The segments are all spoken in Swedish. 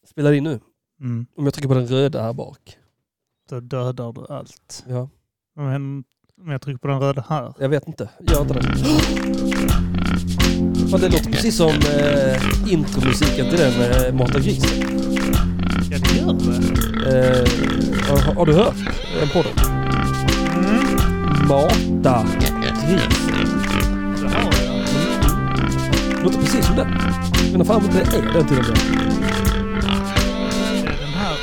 Spelar in nu. Mm. Om jag trycker på den röda här bak. Då dödar du allt. Ja. Men om jag trycker på den röda här. Jag vet inte. Gör inte det. Fan, det låter precis som intromusiken till den Mata grisen. Ja, det gör det. Har du hört den podden? Mata grisen. Det har jag. Låter precis som den. Men fan inte det är den till och med. Det är den här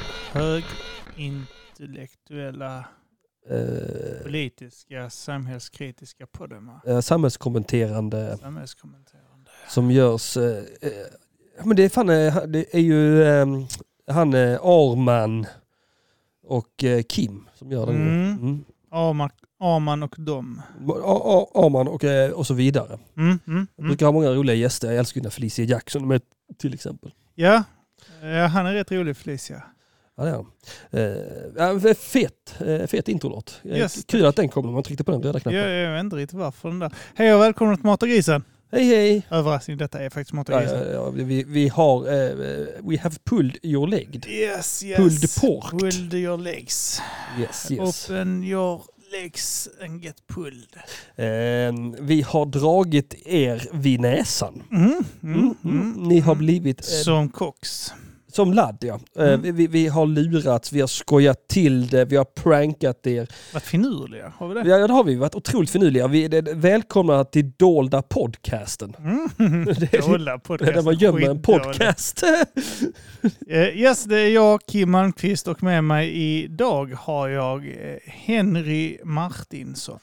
högintellektuella politiska, samhällskritiska podden. Samhällskommenterande. Samhällskommenterande. Som görs... men det är fan... det är ju han Arman och Kim som gör den. Arman och dem. Arman och så vidare. Jag brukar ha många roliga gäster. Jag älskar när Felicia Jackson med till exempel. Ja, han är rätt rolig, Felicia. Ja, det är han. Fet introlåt. Yes. Kul att den kom när man tryckte på den röda knappen. Jag vet inte riktigt varför den där. Hej och välkomna till Mata grisen. Hej. Överraskning, detta är faktiskt Mata grisen. Ja, vi har we have pulled your leg. Yes. Pulled pork. Pulled your legs. Yes. Open your legs and get pulled. Vi har dragit er vid näsan. Ni har blivit... som kox. Som ladd, ja. Vi har lurats, vi har skojat till det, vi har prankat er. Varit finurliga, har vi det? Ja, det har vi. Varit otroligt finurliga. Välkomna till Dolda podcasten. Dolda podcasten. Där man gömmer en podcast. Yes, det är jag, Kim Malmqvist, och med mig idag har jag Henry Martinsson.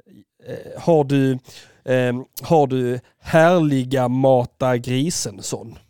Har du härliga Mata Grisensson?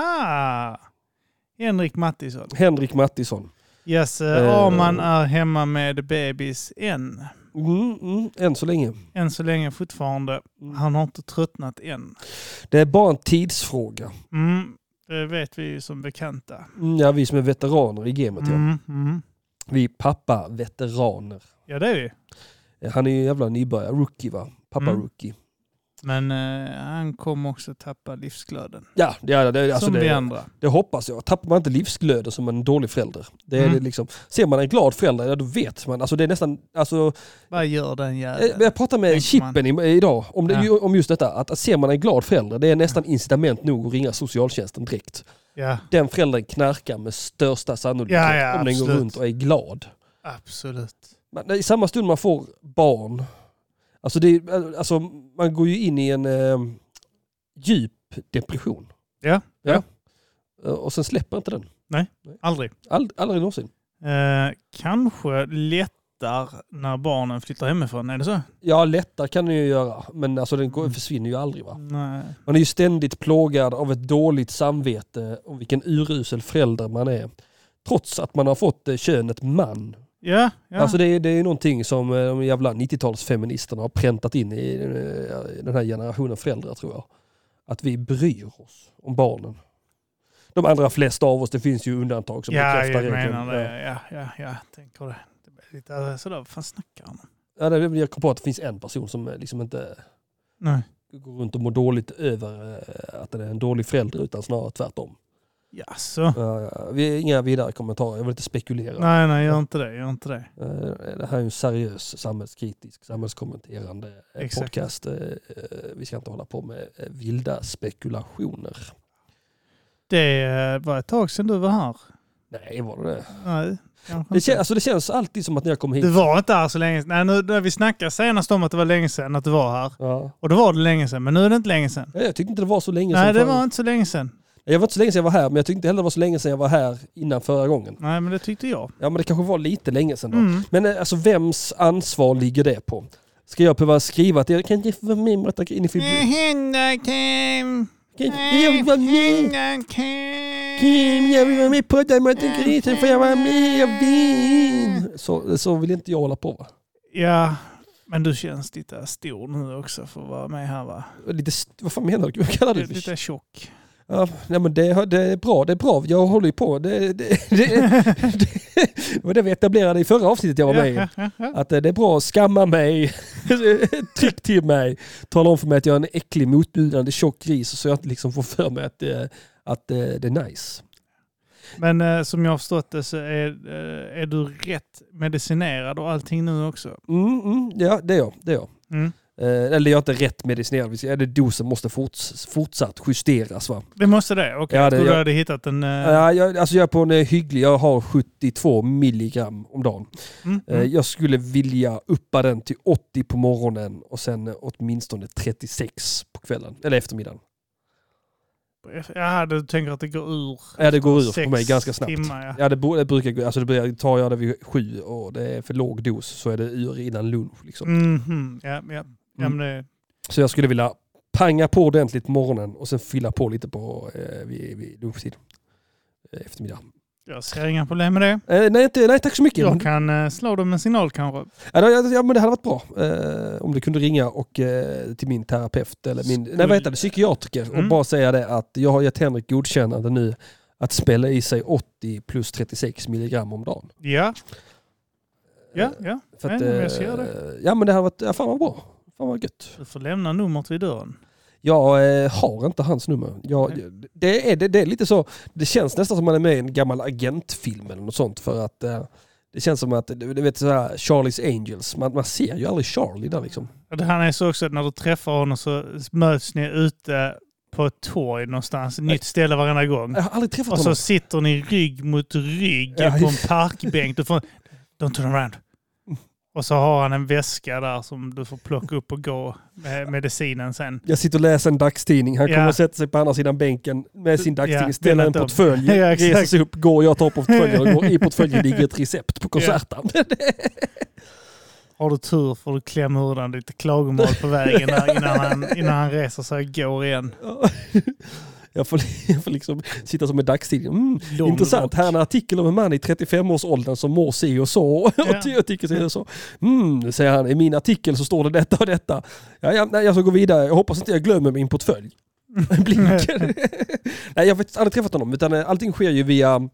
Henrik Mattisson. Yes, Arman är hemma med bebis än. Än så länge. Än så länge fortfarande. Han har inte tröttnat än. Det är bara en tidsfråga. Det vet vi ju som bekanta. Ja, vi som är veteraner i gamet. Vi pappa-veteraner. Ja, det är vi. Han är ju en jävla nybörjare. Rookie, va? Pappa-rookie. Men han kommer också tappa livsglöden. Ja, alltså som vi andra. Det hoppas jag. Tappar man inte livsglöden som en dålig förälder. Det är det liksom. Ser man en glad förälder, ja, då vet man. Alltså det är nästan... Alltså, vad gör den jäveln? Jag pratade med Chippen idag om just detta. Att ser man en glad förälder, det är nästan incitament nog att ringa socialtjänsten direkt. Ja. Den föräldern knarkar med största sannolikhet om den går runt och är glad. Absolut. Men i samma stund man får barn... Alltså, man går ju in i en djup depression. Ja. Och sen släpper inte den. Nej. Aldrig. Aldrig någonsin. Kanske lättar när barnen flyttar hemifrån, är det så? Ja, lättar kan den ju göra. Men alltså, den försvinner ju aldrig, va? Nej. Man är ju ständigt plågad av ett dåligt samvete om vilken urusel förälder man är. Trots att man har fått könet man. Ja. Alltså det är någonting som de jävla 90-talsfeministerna har präntat in i den här generationen föräldrar, tror jag. Att vi bryr oss om barnen. De allra flesta av oss, det finns ju undantag som bekräftar regeln. Jag menar det. Ja, tänker det. Det blir lite sådär, vad fan snackar han om? Ja, jag kom på att det finns en person som liksom inte går runt och mår dåligt över att det är en dålig förälder, utan snarare tvärtom. Jaså? Vi har inga vidare kommentarer, jag vill inte spekulera. Nej, gör inte det. Det här är en seriös samhällskritisk, samhällskommenterande podcast. Vi ska inte hålla på med vilda spekulationer. Det var ett tag sedan du var här. Nej, var det? Nej. Det känns alltid som att när jag kommer hit... Du var inte här så länge sedan. Nej, nu, vi snackade senast om att det var länge sedan att du var här. Ja. Och då var det länge sedan, men nu är det inte länge sedan. Jag tyckte inte det var så länge sedan. Nej, det var inte så länge sedan. Jag var inte så länge sedan jag var här, men jag tyckte inte heller det var så länge sedan jag var här innan förra gången. Nej, men det tyckte jag. Ja, men det kanske var lite länge sedan då. Men alltså, vems ansvar ligger det på? Ska jag behöva skriva att jag kan inte vara med och ta in i Kim. Jag vill vara med på det med den grisen, för jag var med, jag vill. Så vill inte jag hålla på, va? Ja, men du känns lite stor nu också för att vara med här, va? Vad fan menar du? Vad kallar du? Lite tjock. Ja, men det är bra. Jag håller ju på. Det var det vi etablerade i förra avsnittet jag var med i. Att det är bra att skamma mig, tryck till mig, tala om för mig att jag är en äcklig, motbjudande, tjock gris, så jag inte liksom får för mig att det är nice. Men som jag har förstått det så är du rätt medicinerad och allting nu också. Ja, det är jag. Mm. Eller jag är inte rätt medicinerad. Dosen måste fortsatt justeras, va? Det måste det? Okej, jag tror du hade hittat en... Ja, jag är på en hygglig. Jag har 72 milligram om dagen. Jag skulle vilja uppa den till 80 på morgonen och sen åtminstone 36 på kvällen. Eller eftermiddagen. Ja, du tänker att det går ur? Ja, det går ur på mig ganska snabbt. Timmar, ja. Det brukar gå. Alltså tar jag det vid 7 och det är för låg dos så är det ur innan lunch. Liksom. Ja, men det... Så jag skulle vilja panga på ordentligt på morgonen och sen fylla på lite på vid lunchtid. Eftermiddag. Jag ser inga problem med det. Nej, tack så mycket. Jag kan slå dem med signal kanske. Ja, men det hade varit bra. Om du kunde ringa och till min terapeut eller psykiatriker och bara säga det att jag har gett Henrik godkännande nu att spela i sig 80 plus 36 milligram om dagen. Ja. För att, jag ser det. Ja, men det hade varit fan vad bra. Fan vad gött. Du får lämna numret vid dörren. Jag har inte hans nummer. Det är lite så. Det känns nästan som man är med i en gammal agentfilm eller något sånt. För att det känns som att, du vet såhär, Charlie's Angels. Man ser ju aldrig Charlie där liksom. Han är så också att när du träffar honom så möts ni ute på ett torg någonstans. Ett nytt ställe varenda gång. Jag har aldrig träffat honom. Och så sitter ni rygg mot rygg på en parkbänk. Du får, don't turn around. Och så har han en väska där som du får plocka upp och gå med medicinen sen. Jag sitter och läser en dagstidning. Han kommer att sätta sig på andra sidan bänken med sin dagstidning, ställer en portfölj, reser sig upp, går, jag tar portföljen och går. I portföljen ligger ett recept på konserten. Har du tur får du klämma ur den lite klagomål på vägen där innan han reser sig och går igen. Jag får liksom sitta som en dagstidning. Intressant. Här är en artikel om en man i 35-årsåldern som mår si och så. Och jag tycker så är det så. Säger han. I min artikel så står det detta och detta. Jag ska gå vidare. Jag hoppas inte jag glömmer min portfölj. Blinker. Nej, jag har aldrig träffat honom. Utan allting sker ju via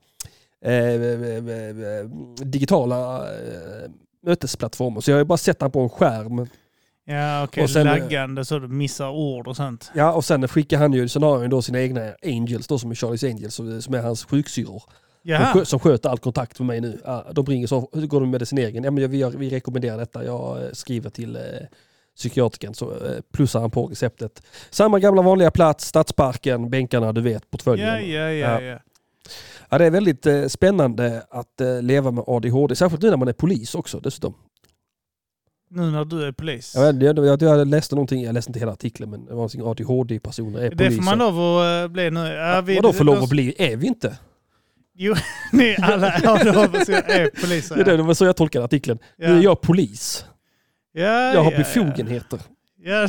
digitala mötesplattformar. Så jag har bara sett han på en skärm. Ja, okej. Laggande så du missar ord och sånt. Ja, och sen skickar han ju scenarion då sina egna Angels då, som är Charlie's Angels, som är hans sjuksyror. Som sköter all kontakt med mig nu. De ringer så, hur går det med medicineringen? Ja, men vi rekommenderar detta. Jag skriver till psykiatriken så plussar han på receptet. Samma gamla vanliga plats, Stadsparken, bänkarna, du vet, portföljen. Ja. Ja, det är väldigt spännande att leva med ADHD. Särskilt nu när man är polis också dessutom. Nu när du är polis? Jag läste någonting, jag läste inte hela artikeln, men det var någonting ADHD-personer är poliser. Det får man lov att bli nu. Vadå får lov att bli? Är vi inte? Jo, ni alla är poliser. Det var så jag tolkade artikeln. Nu är jag polis. Jag har befogenheter. Ja.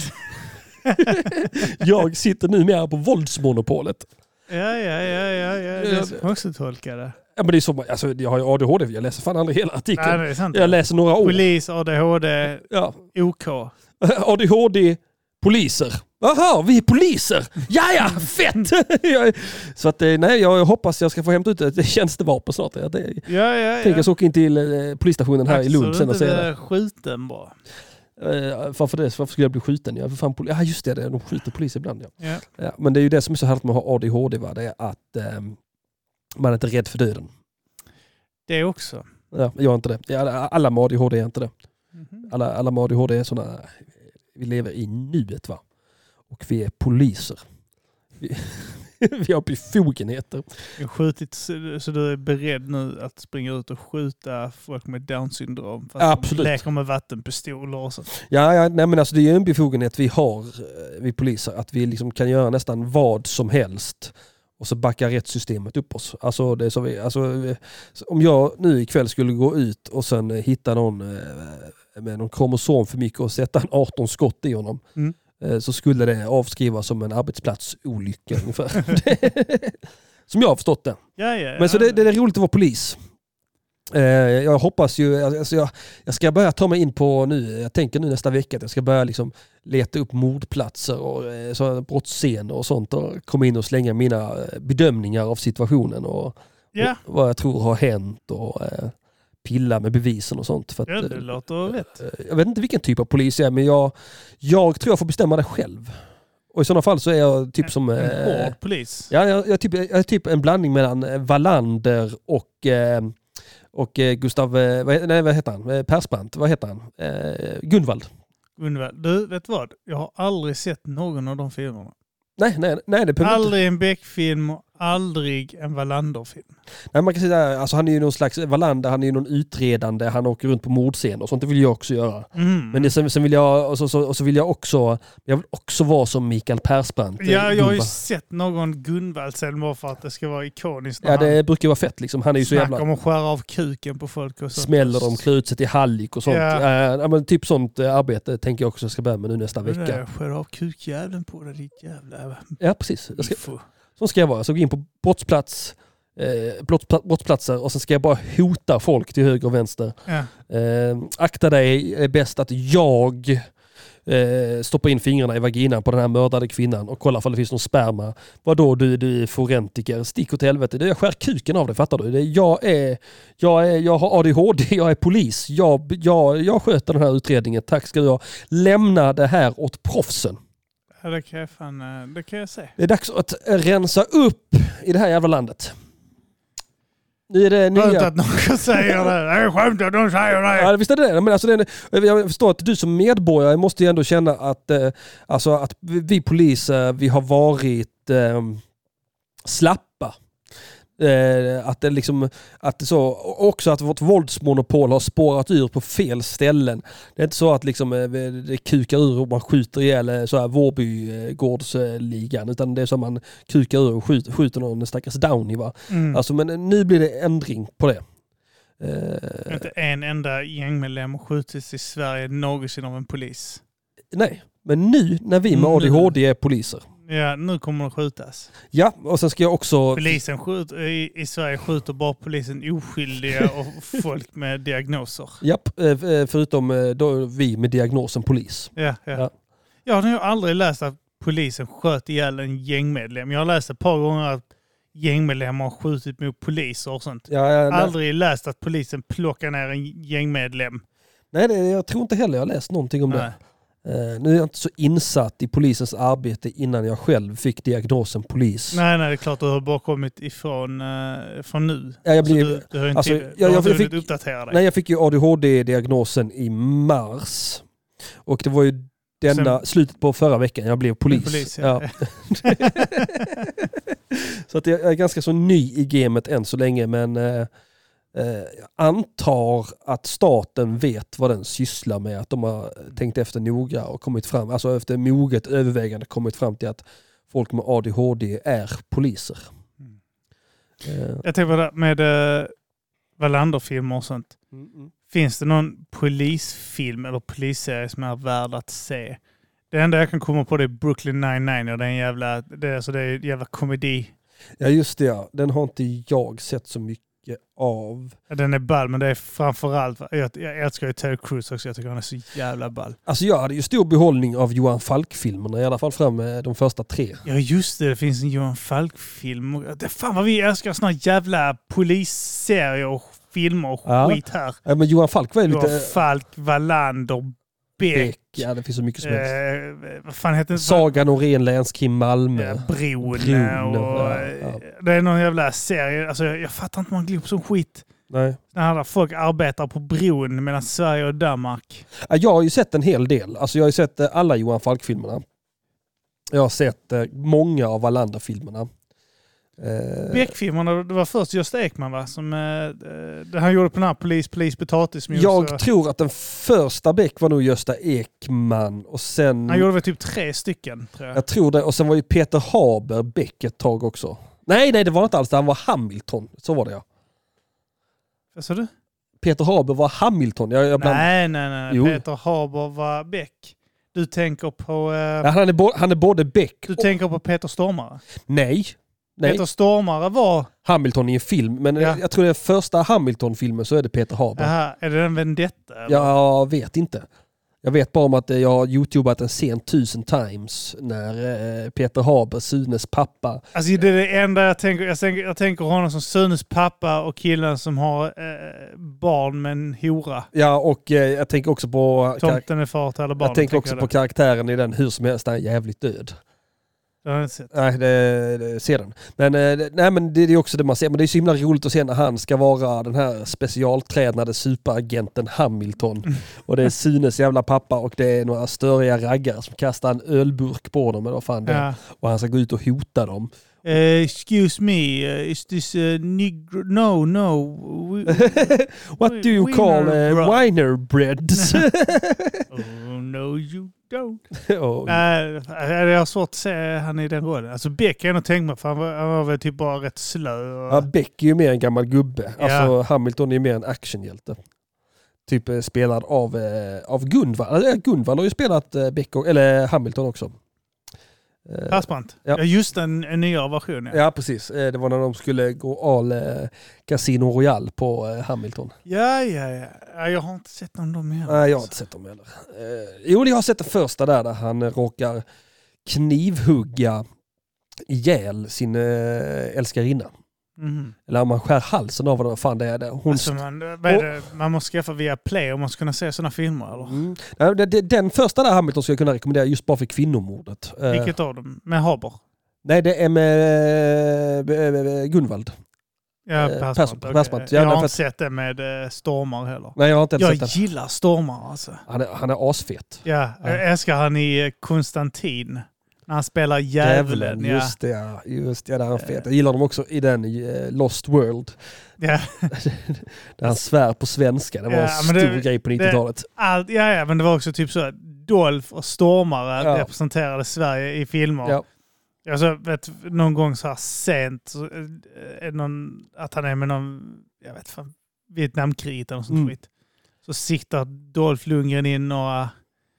Jag sitter nu med på våldsmonopolet. Ja. Det ska man också tolka det. Ja, men det är så, alltså, jag har ju ADHD, jag läser fan aldrig hela artikeln. Nej, det är sant. Jag läser några ord. Polis, ADHD, OK. ADHD, poliser. Jaha, vi är poliser! Jaja, fett! Så att nej, jag hoppas jag ska få hämta ut ett tjänstevapen snart. Tänker så åka in till polisstationen här i Lund sen och säga det. Skjuten bara. Varför skulle jag bli skjuten? Ja, just det, de skjuter poliser ibland. Ja, men det är ju det som är så härligt med att ha ADHD, va? Det är att man är inte rädd för döden. Det också. Ja, jag är inte det. Alla med ADHD är inte det. Alla med ADHD är sådana, vi lever i nuet, va? Och vi är poliser. Vi har befogenheter. Jag har skjutit så du är beredd nu att springa ut och skjuta folk med Down-syndrom. Absolut. Leker med vattenpistoler och så. Ja, nej, men alltså det är en befogenhet vi har, vi poliser, att vi liksom kan göra nästan vad som helst. Och så backar rättssystemet upp oss. Alltså, det är så om jag nu ikväll skulle gå ut och sen hitta någon med någon kromosom för mycket och sätta en 18 skott i honom. Så skulle det avskrivas som en arbetsplatsolycka ungefär. Som jag har förstått det. Ja. Men så det är roligt att vara polis. Jag hoppas ju, alltså jag ska börja ta mig in på nu, jag tänker nu nästa vecka att jag ska börja liksom leta upp mordplatser och så brottsscener och sånt och komma in och slänga mina bedömningar av situationen och vad jag tror har hänt och pilla med bevisen och sånt. För att, det låter rätt. Jag vet inte vilken typ av polis jag är, men jag tror jag får bestämma det själv. Och i sådana fall så är jag typ som... En hård polis. Ja, jag är typ en blandning mellan Wallander och Gustav... vad heter han? Persbrandt. Vad heter han? Gunvald. Du, vet vad? Jag har aldrig sett någon av de filmerna. Nej, det aldrig en Beck-film och aldrig en Wallander-film. Nej, man kan säga alltså han är ju någon slags Wallander, han är ju någon utredande, han åker runt på mordscener och sånt, det vill jag också göra. Men sen vill jag och så vill jag vill också vara som Mikael Persbrandt. Ja, jag har ju sett någon Gunvald sen bara för att det ska vara ikoniskt. Ja, det brukar vara fett liksom. Han är ju så jävla... om att skära av kuken på folk och sånt. Smäller dem, klär ut sig till hallick och sånt. Ja. Men typ sånt arbete tänker jag också ska börja med nu nästa vecka. Skär av kukjäveln på dig, ditt jävla... Ja, precis. Så ska jag vara. Så gå in på brottsplatser och sen ska jag bara hota folk till höger och vänster. Ja. Akta dig, är bäst att jag stoppar in fingrarna i vaginan på den här mördade kvinnan och kollar om det finns någon sperma. Vadå, du är forentiker, stick åt helvete. Jag skär kuken av det, fattar du? Jag har ADHD, jag är polis. Jag sköter den här utredningen. Tack ska du ha. Lämna det här åt proffsen. Ja, det kan jag se. Det är dags att rensa upp i det här jävla landet. Nu är det nya... Skönt att någon säger det. Det är skönt att någon säger det. Ja, visst är det. Men alltså jag förstår att du som medborgare måste ju ändå känna att, att vi poliser, vi har varit slappa. Att det liksom, att det så, också att vårt våldsmonopol har spårat ur på fel ställen. Det är inte så att liksom det kukar ur och man skjuter ihjäl så här Vårbygårdsligan, utan det är så att man kukar ur och skjuter någon stackars Downy, va? Alltså, men nu blir det ändring på det. Inte en enda gängmedlem skjutits i Sverige någonsin av en polis. Nej, men nu när vi med ADHD är poliser. Ja, nu kommer de skjutas. Ja, och sen ska jag också... Polisen i Sverige skjuter bara polisen oskyldiga och folk med diagnoser. Japp, förutom då vi med diagnosen polis. Ja. Jag har nog aldrig läst att polisen sköt ihjäl en gängmedlem. Jag har läst ett par gånger att gängmedlemmar har skjutit mot poliser och sånt. Aldrig läst att polisen plockar ner en gängmedlem. Nej, jag tror inte heller jag har läst någonting om det. Nu är jag inte så insatt i polisens arbete innan jag själv fick diagnosen polis. Nej, det är klart du har bara kommit ifrån nu. Ja, du har inte hunnit uppdatera dig. Nej, jag fick ju ADHD-diagnosen i mars. Och det var ju slutet på förra veckan jag blev polis. Ja. Så att jag är ganska så ny i gamet än så länge, men... jag antar att staten vet vad den sysslar med, att de har tänkt efter noga och kommit fram, alltså efter moget övervägande kommit fram till att folk med ADHD är poliser. Jag tänker på det med Wallander-filmer och sånt. Finns det någon polisfilm eller polisserie som är värd att se? Det enda jag kan komma på det är Brooklyn Nine-Nine och det är en jävla komedi. Ja, just det. Ja. Den har inte jag sett så mycket av. Den är ball, men det är framförallt jag älskar ju Ted Cruz också, jag tycker han är så jävla ball. Alltså jag hade ju stor behållning av Johan Falk-filmerna, i alla fall fram med de första 3. Ja just det finns en Johan Falk-film. Det fan vad vi älskar såna jävla polisserier och filmer och skit här. Ja, men Johan Falk var ju lite... Johan Falk, Wallander, Beck. Ja, det finns så mycket som helst. Vad fan heter det? Sagan om Renlänskrim Malmö. Ja, Bron och det är någon jävla serie. Alltså, jag fattar inte man glömmer som skit. Nej. När folk arbetar på bron mellan Sverige och Danmark. Ja, jag har ju sett en hel del. Alltså, jag har ju sett alla Johan Falk-filmerna. Jag har sett många av Wallander-filmerna. Beck-filmerna, det var först Gösta Ekman, va? Som han gjorde på den här Polis, potatismos. Jag tror att den första Beck var nog Gösta Ekman och sen... Han gjorde väl typ 3 stycken, tror jag. Jag tror det. Och sen var ju Peter Haber Beck ett tag också. Nej, det var inte alls det. Han var Hamilton. Så var det, ja. Vad sa du? Peter Haber var Hamilton. Nej. Jo. Peter Haber var Beck. Du tänker på... Ja, han är både Beck Du tänker på Peter Stormare? Nej. Peter Stormare var... Hamilton i en film, men jag tror det är första Hamilton-filmen så är det Peter Haber. Aha, är det en Vendetta? Eller? Jag vet inte. Jag vet bara om att jag har youtubat en scen 1000 times när Peter Haber, Sunes pappa. Alltså det är det enda jag tänker. Jag tänker honom som Sunes pappa och killen som har barn med en hora. Ja, och jag tänker också på... Tomten är far till alla barn. Jag tänker också på karaktären i den Hur som helst är jävligt död. Det har jag inte sett. Nej, det ser den. Men det är också det man ser. Men det är så himla roligt att se när han ska vara den här specialtränade superagenten Hamilton. Och det är Sunes jävla pappa och det är några störiga raggare som kastar en ölburk på dem. Eller vad fan det är. Och han ska gå ut och hota dem. Excuse me, is this negro? No. What do you call wiener breads? Oh no you don't. Jag har svårt att se han i den rollen. Alltså Beck är nog tänkt mig för han var väl typ bara rätt slö. Ja, Beck är ju mer en gammal gubbe. Alltså Hamilton är mer en actionhjälte. Typ spelad av Gunvald. Gunvald har ju spelat Beck eller Hamilton också. Persbrandt. Ja, just en nyare version. Ja, precis. Det var när de skulle gå all Casino Royale på Hamilton. Ja. Jag har inte sett dem heller. Nej, jag har inte sett dem heller. Jo, jag har sett det första där han råkar knivhugga ihjäl sin älskarinna. Mm. Eller om man skär halsen av vad fan det är. Alltså man måste skaffa via Play om man ska kunna se sådana filmer. Eller? Den första där Hamilton skulle jag kunna rekommendera just bara för kvinnomordet. Vilket av dem? Med Haber? Nej, det är med Gunvald. Ja, Persbrandt. Okay. Jag har inte sett det med Stormar heller. Nej, jag har inte sett den. Gillar Stormar alltså. Han är asfet. Ja, jag älskar han i Konstantin. När han spelar djävulen. Just det, där är han fet. Jag gillar dem också i den Lost World. Ja. Där han svär på svenska. Det var en stor grej på 90-talet. Men det var också typ så att Dolph och Stormare representerade Sverige i filmer. Ja. Alltså, någon gång så här sent att han är med någon, jag vet fan, Vietnamkriget eller något sånt skit. Så siktar Dolph Lundgren in några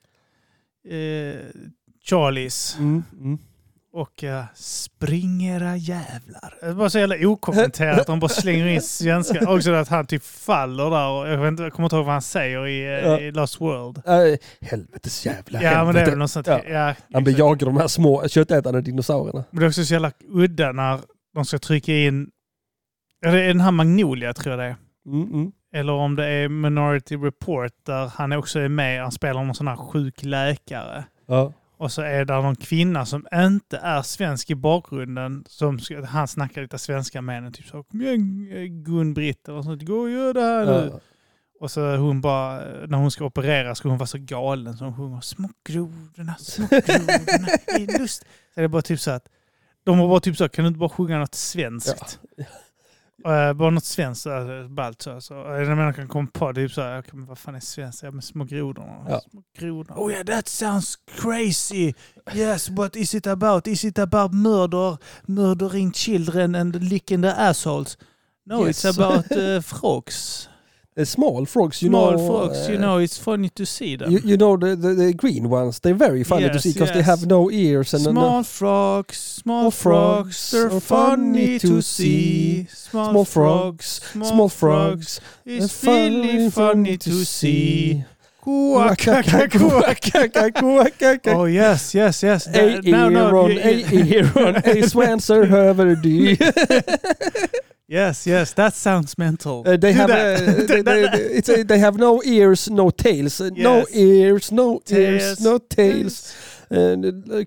Charlies. Och spring era jävlar. Det var så jävla okommenterat att de bara slänger in svenska. Också att han typ faller där. Och jag kommer inte ihåg vad han säger i Lost World. Helvetes jävla helvete. Ja, men det är väl något sånt. Han bejagar de här små köttätande dinosaurierna. Men det är också så jävla udda när de ska trycka in... Ja, det är den här Magnolia tror jag det är. Eller om det är Minority Report där han också är med. Han spelar någon sån här sjuk läkare. Ja. Och så är det någon kvinna som inte är svensk i bakgrunden. Han snackar lite svenska med henne. Typ så, kom igen Gun-Britt. Och sånt, gå och gör det här nu. Och så hon bara, när hon ska operera ska hon vara så galen. Så hon sjunger smågrodorna, det är lust. Så det är bara typ så att de var bara typ så, kan du inte bara sjunga något svenskt? Ja. Bara något svenskt ballt så. När man kan komma på det typ så här, vad fan är svenskt? Ja, med små grodorna. Ja. Oh yeah, that sounds crazy. Yes, what is it about? Is it about murdering children and licking the assholes? No, yes. It's about frogs. Small frogs, frogs, it's funny to see them. You know the green ones, they're very funny to see because they have no ears. And small frogs, they're funny to see. Small frogs, it's really funny to see. Oh yes. A swanser huvuddy. Yes, that sounds mental. They have no ears, no tails. Yes. No ears, no ears, no tails. And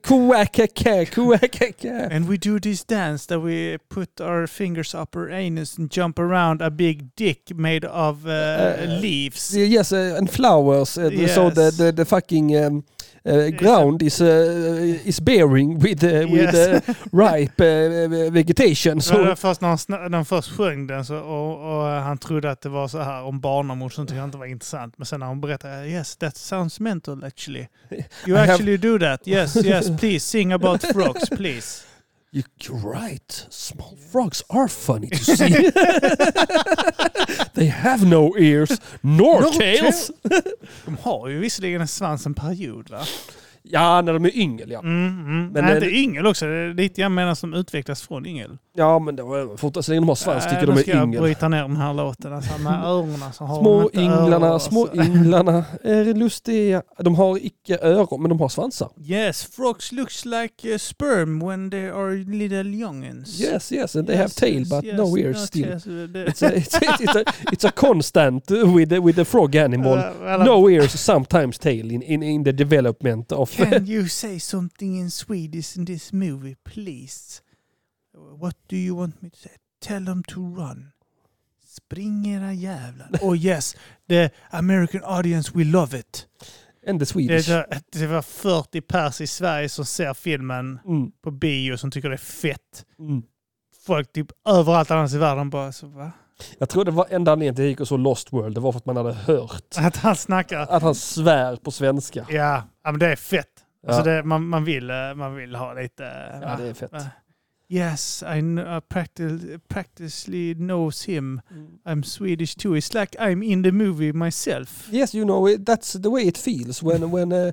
we do this dance that we put our fingers up our anus and jump around a big dick made of leaves. Yes, and flowers. Yes. So the fucking ground is bearing with ripe vegetation. Så först när han först sjöng den och han trodde att det var så här om barnamord som tyckte han inte var intressant. Men sen när han berättade, yes, that sounds mental actually. You actually do that. Yes, please sing about frogs, please. You're right. Small frogs are funny to see. They have no ears, nor tails. De har ju visserligen en svans en period, va? Ja, när de är yngel, ja. Men det är yngel också. Det är lite jag menar som utvecklas från yngel. Ja, men det var fortast så länge de har svans tycker de är yngel. Jag ska bryta ner den här låten. Alltså, med öronen så har små ynglarna är lustiga. De har icke öron, men de har svansar. Yes, frogs looks like sperm when they are little youngins. Yes, and they have tail but no ears still. It's a constant with the frog animal. No ears, sometimes tail in the development of off. Can you say something in Swedish in this movie, please? What do you want me to say? Tell them to run. Spring era jävlar. Oh yes, the American audience will love it. And the Swedish. Det var 40 pers i Sverige som ser filmen på bio som tycker det är fett. Folk typ överallt annars i världen bara så, va? Jag tror det var enda anledningen till att jag gick och så Lost World. Det var för att man hade hört. Att han snackar. Att han svär på svenska. Ja men det är fett. Ja. Alltså man vill ha lite... Ja, det är fett. Yes, I practically knows him. I'm Swedish too. It's like I'm in the movie myself. Yes, you know, that's the way it feels when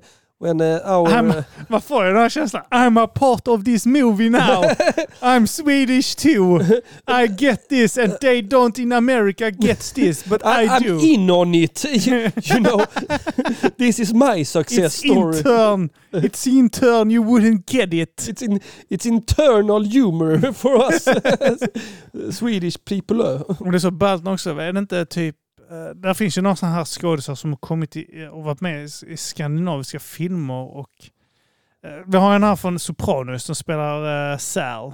our... Vad får jag den här känslan? I'm a part of this movie now. I'm Swedish too. I get this and they don't in America gets this, but I do. I'm in on it. You know, this is my success story. It's intern. You wouldn't get it. It's internal humor for us Swedish people. Och det är så ballt också. Är det inte typ där finns ju några sådana här skådespelare som har kommit och varit med i skandinaviska filmer och vi har en här från Sopranos som spelar Sal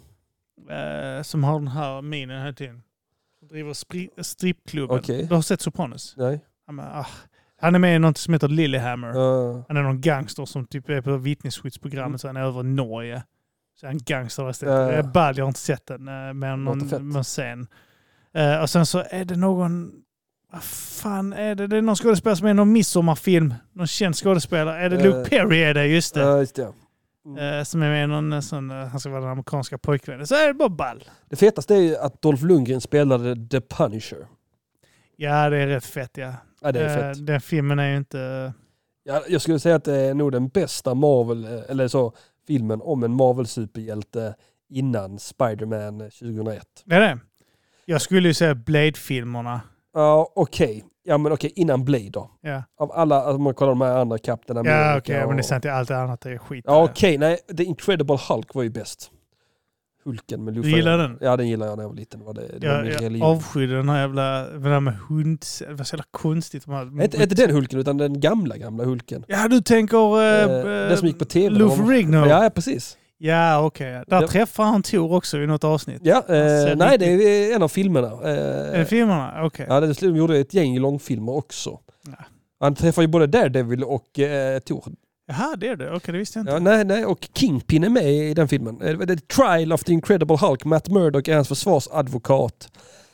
som har den här minen här tiden. Som driver strippklubben. Okay. Du har sett Sopranos? Nej. Han är med i något som heter Lillehammer. Han är någon gangster som typ är på vittnesskyddsprogrammet så han är över Norge. Så han är en gangster där istället. Jag har inte sett den med någon scen. Och sen så är det någon... Vad fan är det? Det är någon skådespelare som är någon midsommarfilm. Någon känd skådespelare. Är det Luke Perry är det? Just det. Just det. Som är med i någon sån... Han ska vara den amerikanska pojkvännen. Så är det bara ball. Det fetaste är ju att Dolph Lundgren spelade The Punisher. Ja, det är rätt fett, ja. Ja, det är fett. Den filmen är ju inte... Ja, jag skulle säga att det är nog den bästa Marvel... Eller så, filmen om en Marvel-superhjälte innan Spider-Man 2001. Det är det. Jag skulle ju säga Blade-filmerna. Ja, okej. Ja, men okej, innan Blade då. Ja. Av alla, om man kollar de här andra Captain America. Ja, okej, men det är sant att allt annat är skit. Ja, okej. Nej, The Incredible Hulk var ju bäst. Hulken med Du gillar den? Ja, den gillar jag när jag var liten. Jag avskydde den här jävla med hund. Det var så jävla konstigt. Inte den Hulken, utan den gamla Hulken. Ja, du tänker... den som gick på tv. Lou Ferrigno. Ja, precis. Ja, okej. Där träffar han Thor också i något avsnitt. Ja, nej, det är en av filmerna. Är det filmerna? Okej. Ja, de gjorde ett gäng långfilmer också. Ja. Han träffar ju både Daredevil och Thor. Jaha, det är det. Okej, det visste jag inte. Ja, nej, och Kingpin är med i den filmen. The Trial of the Incredible Hulk. Matt Murdock är hans försvarsadvokat.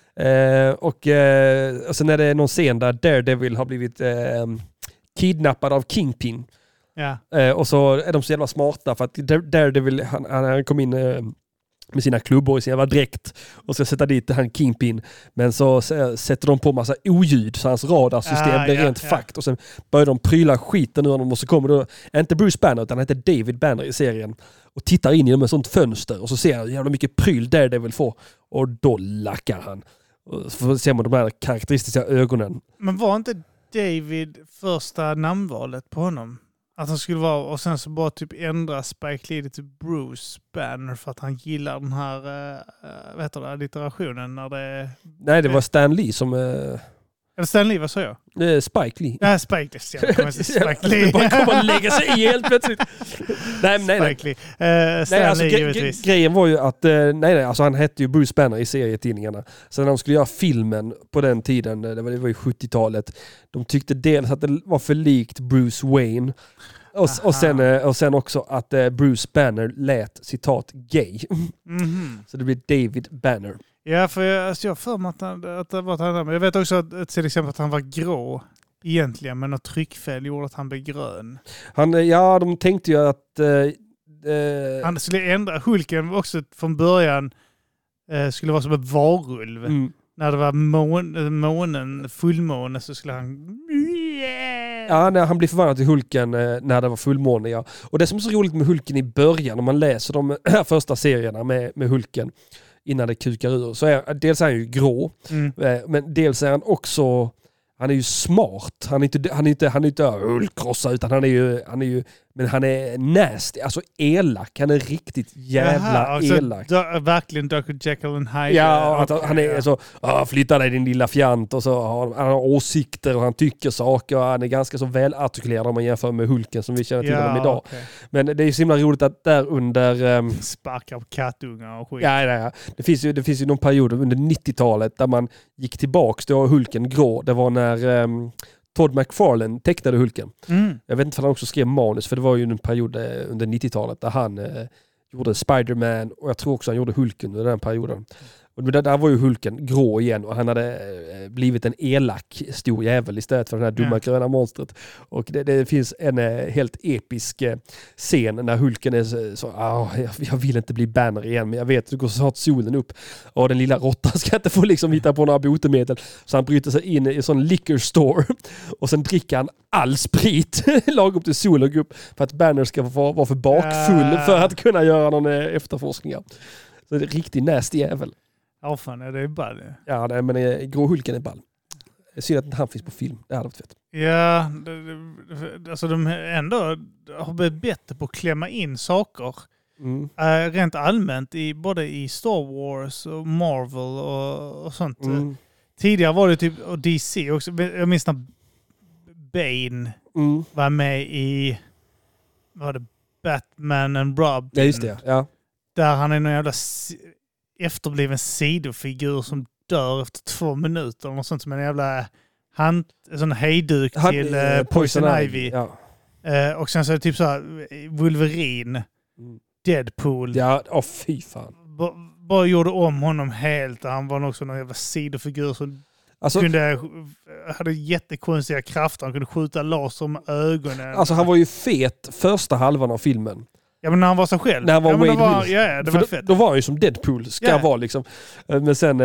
Och sen är det någon scen där Daredevil har blivit kidnappad av Kingpin. Ja. Och så är de så jävla smarta för att Daredevil han kom in med sina klubbor i sin jävla dräkt och ska sätta dit han Kingpin, men så sätter de på massa oljud så hans radarsystem blir rent fakt och sen börjar de pryla skiten ur honom och så kommer då inte Bruce Banner utan han heter David Banner i serien och tittar in genom ett sånt fönster och så ser han jävla mycket pryl Daredevil får och då lackar han. Och så ser man de här karaktäristiska ögonen. Men var inte David första namnvalet på honom? Att han skulle vara, och sen så bara typ ändra Spike Lee till Bruce Banner för att han gillar den här litterationen när det... Nej, det var Stan Lee som... Eller Stan Lee, vad sa jag? Spike Lee. Ja, Spike Lee. Spike Lee. bara komma och lägga sig i helt plötsligt. Nej. Spike Lee. Stan Lee, givetvis. Grejen var ju att, alltså han hette ju Bruce Banner i serietidningarna. Så när de skulle göra filmen på den tiden, det var ju 70-talet, de tyckte dels att det var för likt Bruce Wayne. Och sen också att Bruce Banner lät citat gay. Så det blir David Banner. Ja, för jag för mig att det var han. Men jag vet också att till exempel att han var grå egentligen, men något tryckfel gjorde att han blev grön. De tänkte ju att... han skulle ändra Hulken också från början skulle vara som en varulv. När det var fullmåne så skulle han... Ja, när han blir förvandlad till Hulken när det var fullmåne, ja. Och det som är så roligt med Hulken i början, om man läser de här första serierna med Hulken innan det kukar ur, så är dels är han ju grå, men dels är han också, han är ju smart. Han är inte Hulkrossa, utan han är ju Men han är nasty, alltså elak. Han är riktigt jävla elak. Verkligen Dr. Jekyll and Hyde. Ja, att han är så, flytta dig din lilla fjant, och så han har åsikter och han tycker saker, och han är ganska så välartikulerad om man jämför med Hulken som vi känner till honom idag. Okay. Men det är ju så himla roligt att där under... sparkar på kattungar och skit. Ja. Det finns ju någon period under 90-talet där man gick tillbaks, då Hulken grå. Det var när... Todd McFarlane tecknade Hulken. Jag vet inte om han också skrev manus, för det var ju en period under 90-talet där han gjorde Spider-Man, och jag tror också han gjorde Hulken under den perioden. Och där var ju Hulken grå igen, och han hade blivit en elak stor jävel istället för den här dumma gröna monstret. Och det finns en helt episk scen när Hulken är så jag vill inte bli Banner igen, men jag vet att det går snart solen upp, och den lilla råttan ska inte få liksom hitta på några botemedel, så han bryter sig in i en sån liquor store och sen dricker han all sprit lagom till solen går upp, för att Banner ska vara för bakfull för att kunna göra någon efterforskningar. Så det är riktigt nasty jävel. Ja, fan, är det ball? Ja, men grå Hulken är ball. Det är synd att inte han finns på film. Det hade varit fett. Ja, alltså de ändå har blivit bättre på att klämma in saker. Rent allmänt, både i Star Wars och Marvel och sånt. Tidigare var det typ, och DC också. Jag minns när Bane var med i Batman and Robin. Ja, just det. Ja. Där han är någon jävla efterbliven sidofigur som dör efter 2 minuter och sånt, som en jävla sån hejduk till Poison Ivy. Ja. Och sen så är det typ så här Wolverine, Deadpool. Ja, fy fan. Bara gjorde om honom helt. Han var också någon jävla sidofigur som hade jättekonstiga krafter. Han kunde skjuta laser med ögonen. Alltså han var ju fet första halvan av filmen. Ja, men när han var sig själv. När han var Wade Wilson. Ja, det var fett. Då var han ju som Deadpool ska vara liksom. Men sen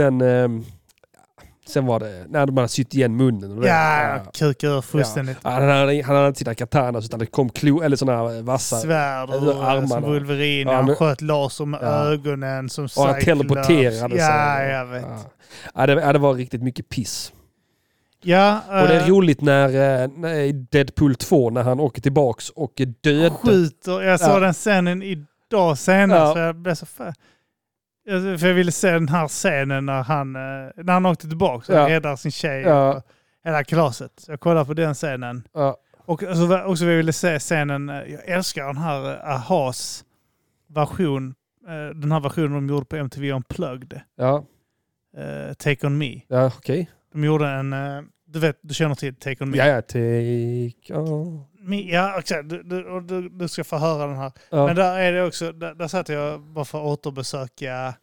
var det när man hade sytt igen munnen. Och kukar fullständigt. Ja. Han hade inte sina katanas, utan det kom eller sådana vassa svärd och som Wolverine. Han sköt laser med ögonen som och han teleporterade. Jag vet. Det var riktigt mycket piss. Ja, och det är roligt när Deadpool 2 när han åker tillbaks och dödar. Skjuter. Jag såg den scenen idag senast. Jag blev så för jag ville se den här scenen när han åkte tillbaka och räddar sin tjej och hela kalaset. Så jag kollade på den scenen. Ja. Och också ville jag se scenen. Jag älskar den här Ahas version. Den här versionen de gjorde på MTV Unplugged. Ja. Take On Me. Ja, okej. Okay. De gjorde en... Du känner till Take On Me? Ja, Take On Me. Ja, exakt. Du ska få höra den här. Ja. Men där är det också... Där satt jag bara för att återbesöka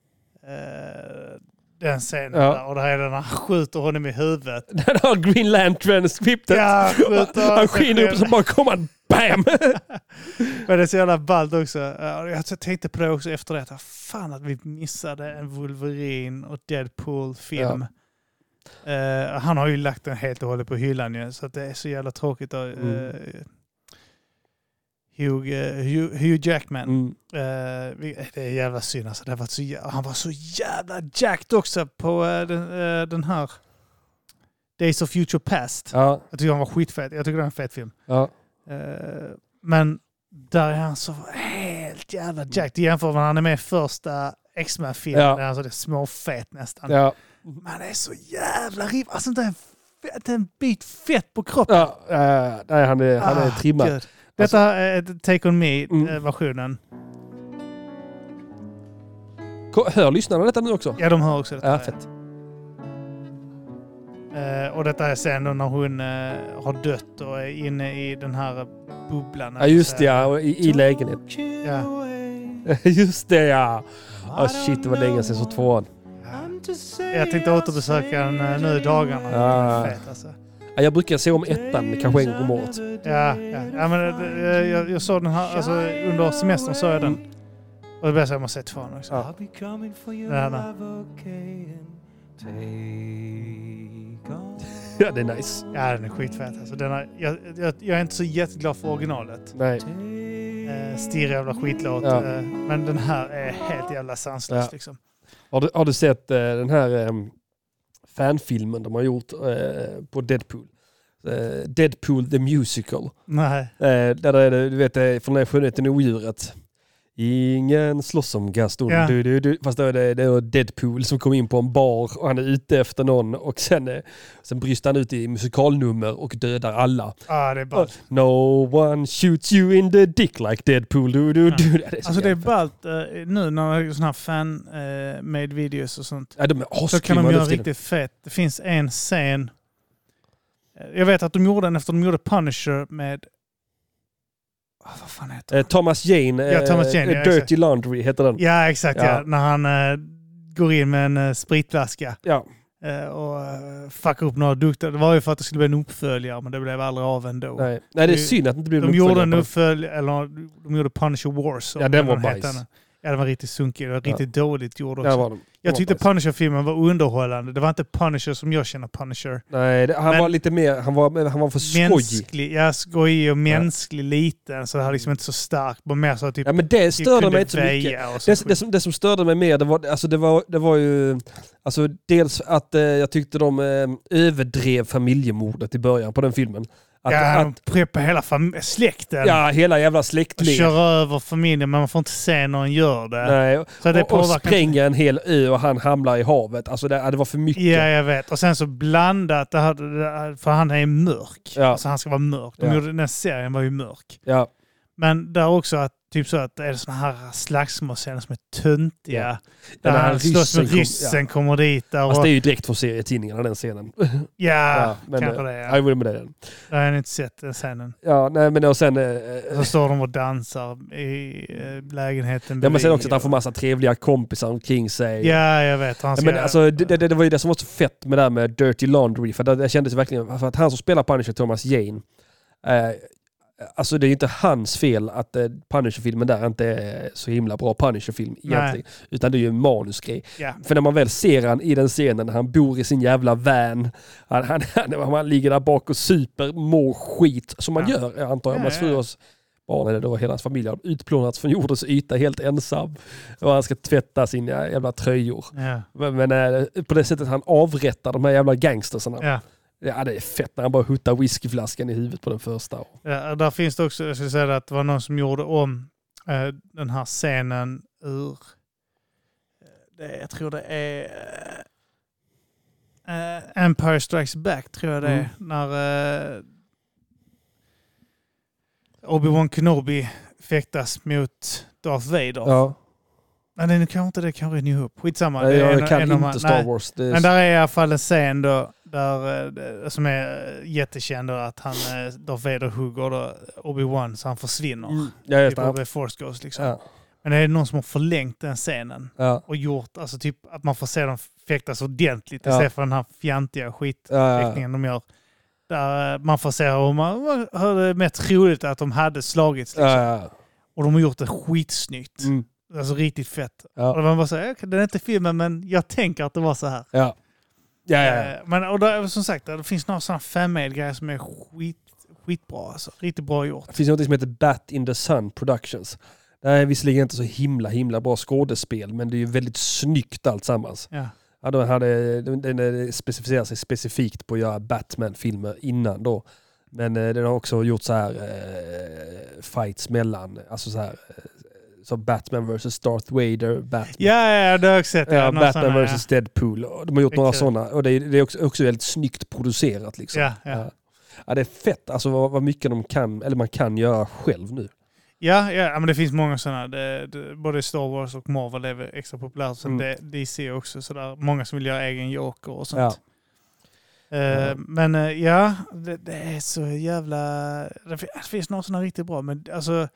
den scenen där. Och där är den, han skjuter honom i huvudet. Den har Green Lantern-skriptet. Ja, han skiner upp och så bara kommer han. BAM! Men det är så jävla ballt också. Jag tänkte på det också efter det. Fan att vi missade en Wolverine och Deadpool-film. Ja. Han har ju lagt den helt och hållet på hyllan ju, så att det är så jävla tråkigt. Hugh Jackman. Det är jävla synd. Alltså. Han var så jävla jacked också på den här Days of Future Past. Ja. Jag tycker han var skitfett. Jag tycker det är en fet film. Ja. Men där är han så helt jävla jacked. Jämfört med han är med i första X-Men-filmen. Ja. Där han så det är småfett nästan. Ja. Man är så jävla riv. Alltså det är en bit fett på kroppen. Ja, han är trimmad. God. Detta är Take On Me-versionen. Hör lyssnarna detta nu också? Ja, de hör också detta. Ja, fett. Och detta är sen när hon har dött och är inne i den här bubblan. Ja, just det, ja. I lägenhet. Ja. Just det, ja. Shit, det var länge sedan så 2an. Jag tänkte återbesöka den nu i dagarna. Ja. Fet, alltså. Jag brukar se om 1 kanske en gång om året. Ja, men jag såg den här alltså, under semestern såg jag den. Och det blev så jag måste se 2an också. Ja. Ja, det är nice. Ja, den är skitfett. Alltså, jag är inte så jätteglad för originalet. Nej. Stirrig jävla skitlåt. Ja. Men den här är helt jävla sanslös liksom. Har du sett den här fanfilmen de har gjort på Deadpool? Deadpool the Musical. Nej. Där är det, du vet, från den Skönheten och odjuret. Ingen slåss om Gaston. Ja. Fast då är det Deadpool som kommer in på en bar och han är ute efter någon och sen brystar han ut i musikalnummer och dödar alla. Det är bara... No one shoots you in the dick like Deadpool. Det är ballt nu när det är såna här fan-made videos och sånt. Ja, de är så kan de göra riktigt fett. Det finns en scen. Jag vet att de gjorde den efter de gjorde Punisher med... vad fan heter det? Thomas Jane. Thomas Jane, Dirty Laundry heter den. Ja, exakt. Ja. När han går in med en spritflaska. Ja. Och fuckar upp några duktiga. Det var ju för att det skulle bli en uppföljare, men det blev aldrig av ändå. Nej, det är synd att det inte blev en uppföljare. De gjorde Punisher Wars. Ja, den var bajs. Ja, den var riktigt sunkig. Det var riktigt dåligt gjord också. Ja, jag tyckte Punisher-filmen var underhållande. Det var inte Punisher som jag känner Punisher. Nej, han var lite mer... Han var för skojig. Ja, skojig och mänsklig liten. Så det var liksom inte så starkt. Bara mer så typ... Ja, men det störde mig inte så mycket. Det som störde mig mer, det var ju... Alltså, dels att jag tyckte de överdrev familjemordet i början på den filmen. De preppar hela släkten. Ja, hela jävla släktled. Kör över familjen, men man får inte se när han gör det. Nej, så det och spränger en hel ö och han hamnar i havet. Alltså det var för mycket. Ja, jag vet. Och sen så blandat, för han är mörk. Ja. Alltså han ska vara mörk. Den serien var ju mörk. Ja. Men där också att typ så att det är såna här slagsmålscener som är töntiga. Ja. Där han slåss med ryssen kommer dit. Där fast det är ju direkt från serietidningarna den scenen. Ja, men kanske det. Ja. Jag vill med den. Jag har inte sett den scenen. Ja, nej men och sen... så står de och dansar i lägenheten. Ja, men sen också att han får massa trevliga kompisar omkring sig. Ja, jag vet. Men alltså, det var ju det som var så fett med det här med Dirty Laundry. För det kändes verkligen... För att han som spelar Punisher, Thomas Jane... Alltså det är ju inte hans fel att Punisher-filmen där inte är så himla bra Punisher-film egentligen. Nej. Utan det är ju en manusgrej. Yeah. För när man väl ser han i den scenen när han bor i sin jävla van. Han ligger där bak och mår skit som man gör. Jag antar att hans fruars barn eller då hela hans familj har utplånats från jordens yta helt ensam. Och han ska tvätta sina jävla tröjor. Yeah. Men på det sättet han avrättar de här jävla gangstersarna. Yeah. Ja, det är fett när han bara huttar whiskyflaskan i huvudet på den första. Ja, där finns det också, jag skulle säga att det var någon som gjorde om den här scenen ur... jag tror det är Empire Strikes Back, tror jag det är. När Obi-Wan Kenobi fäktas mot Darth Vader. Ja. Men det är kanske inte det, kanske är New Hope. Skitsamma. Nej, jag kan inte Star Wars. Men där är i alla fall en scen då, där, som är jättekänd, att han Darth Vader hugger då Obi-Wan så han försvinner. Ja, just det. Typ Force Ghost liksom. Ja. Men det är någon som har förlängt den scenen och gjort alltså typ att man får se dem fäktas ordentligt istället för den här fjantiga skitfäktningen de gör. Där man får se hur det är mer troligt att de hade slagits liksom. Och de har gjort det skitsnyggt. Alltså riktigt fett. Och man bara säger, det är inte filmen, men jag tänker att det var så här. Ja. Men och där, som sagt, det finns några sådana fan-made-grejer som är skitbra. Alltså. Riktigt bra gjort. Det finns något som heter Bat in the Sun Productions. Det är visserligen inte så himla bra skådespel, men det är ju väldigt snyggt alltsammans. Ja, den specificerar sig specifikt på att göra Batman-filmer innan då. Men den har också gjort så här fights mellan, alltså så här... Så Batman vs. Darth Vader, Batman. Ja, det har jag sett. Batman vs. Deadpool. De har gjort några sådana. Och det är också väldigt snyggt producerat. Liksom. Ja, det är fett. Alltså vad mycket de kan, eller man kan göra själv nu. Ja, men det finns många sådana. Både Star Wars och Marvel är extra populärt. Sen DC också. Så där, många som vill göra egen Joker och sånt. Ja. Men det är så jävla... Det finns några sådana riktigt bra. Men alltså...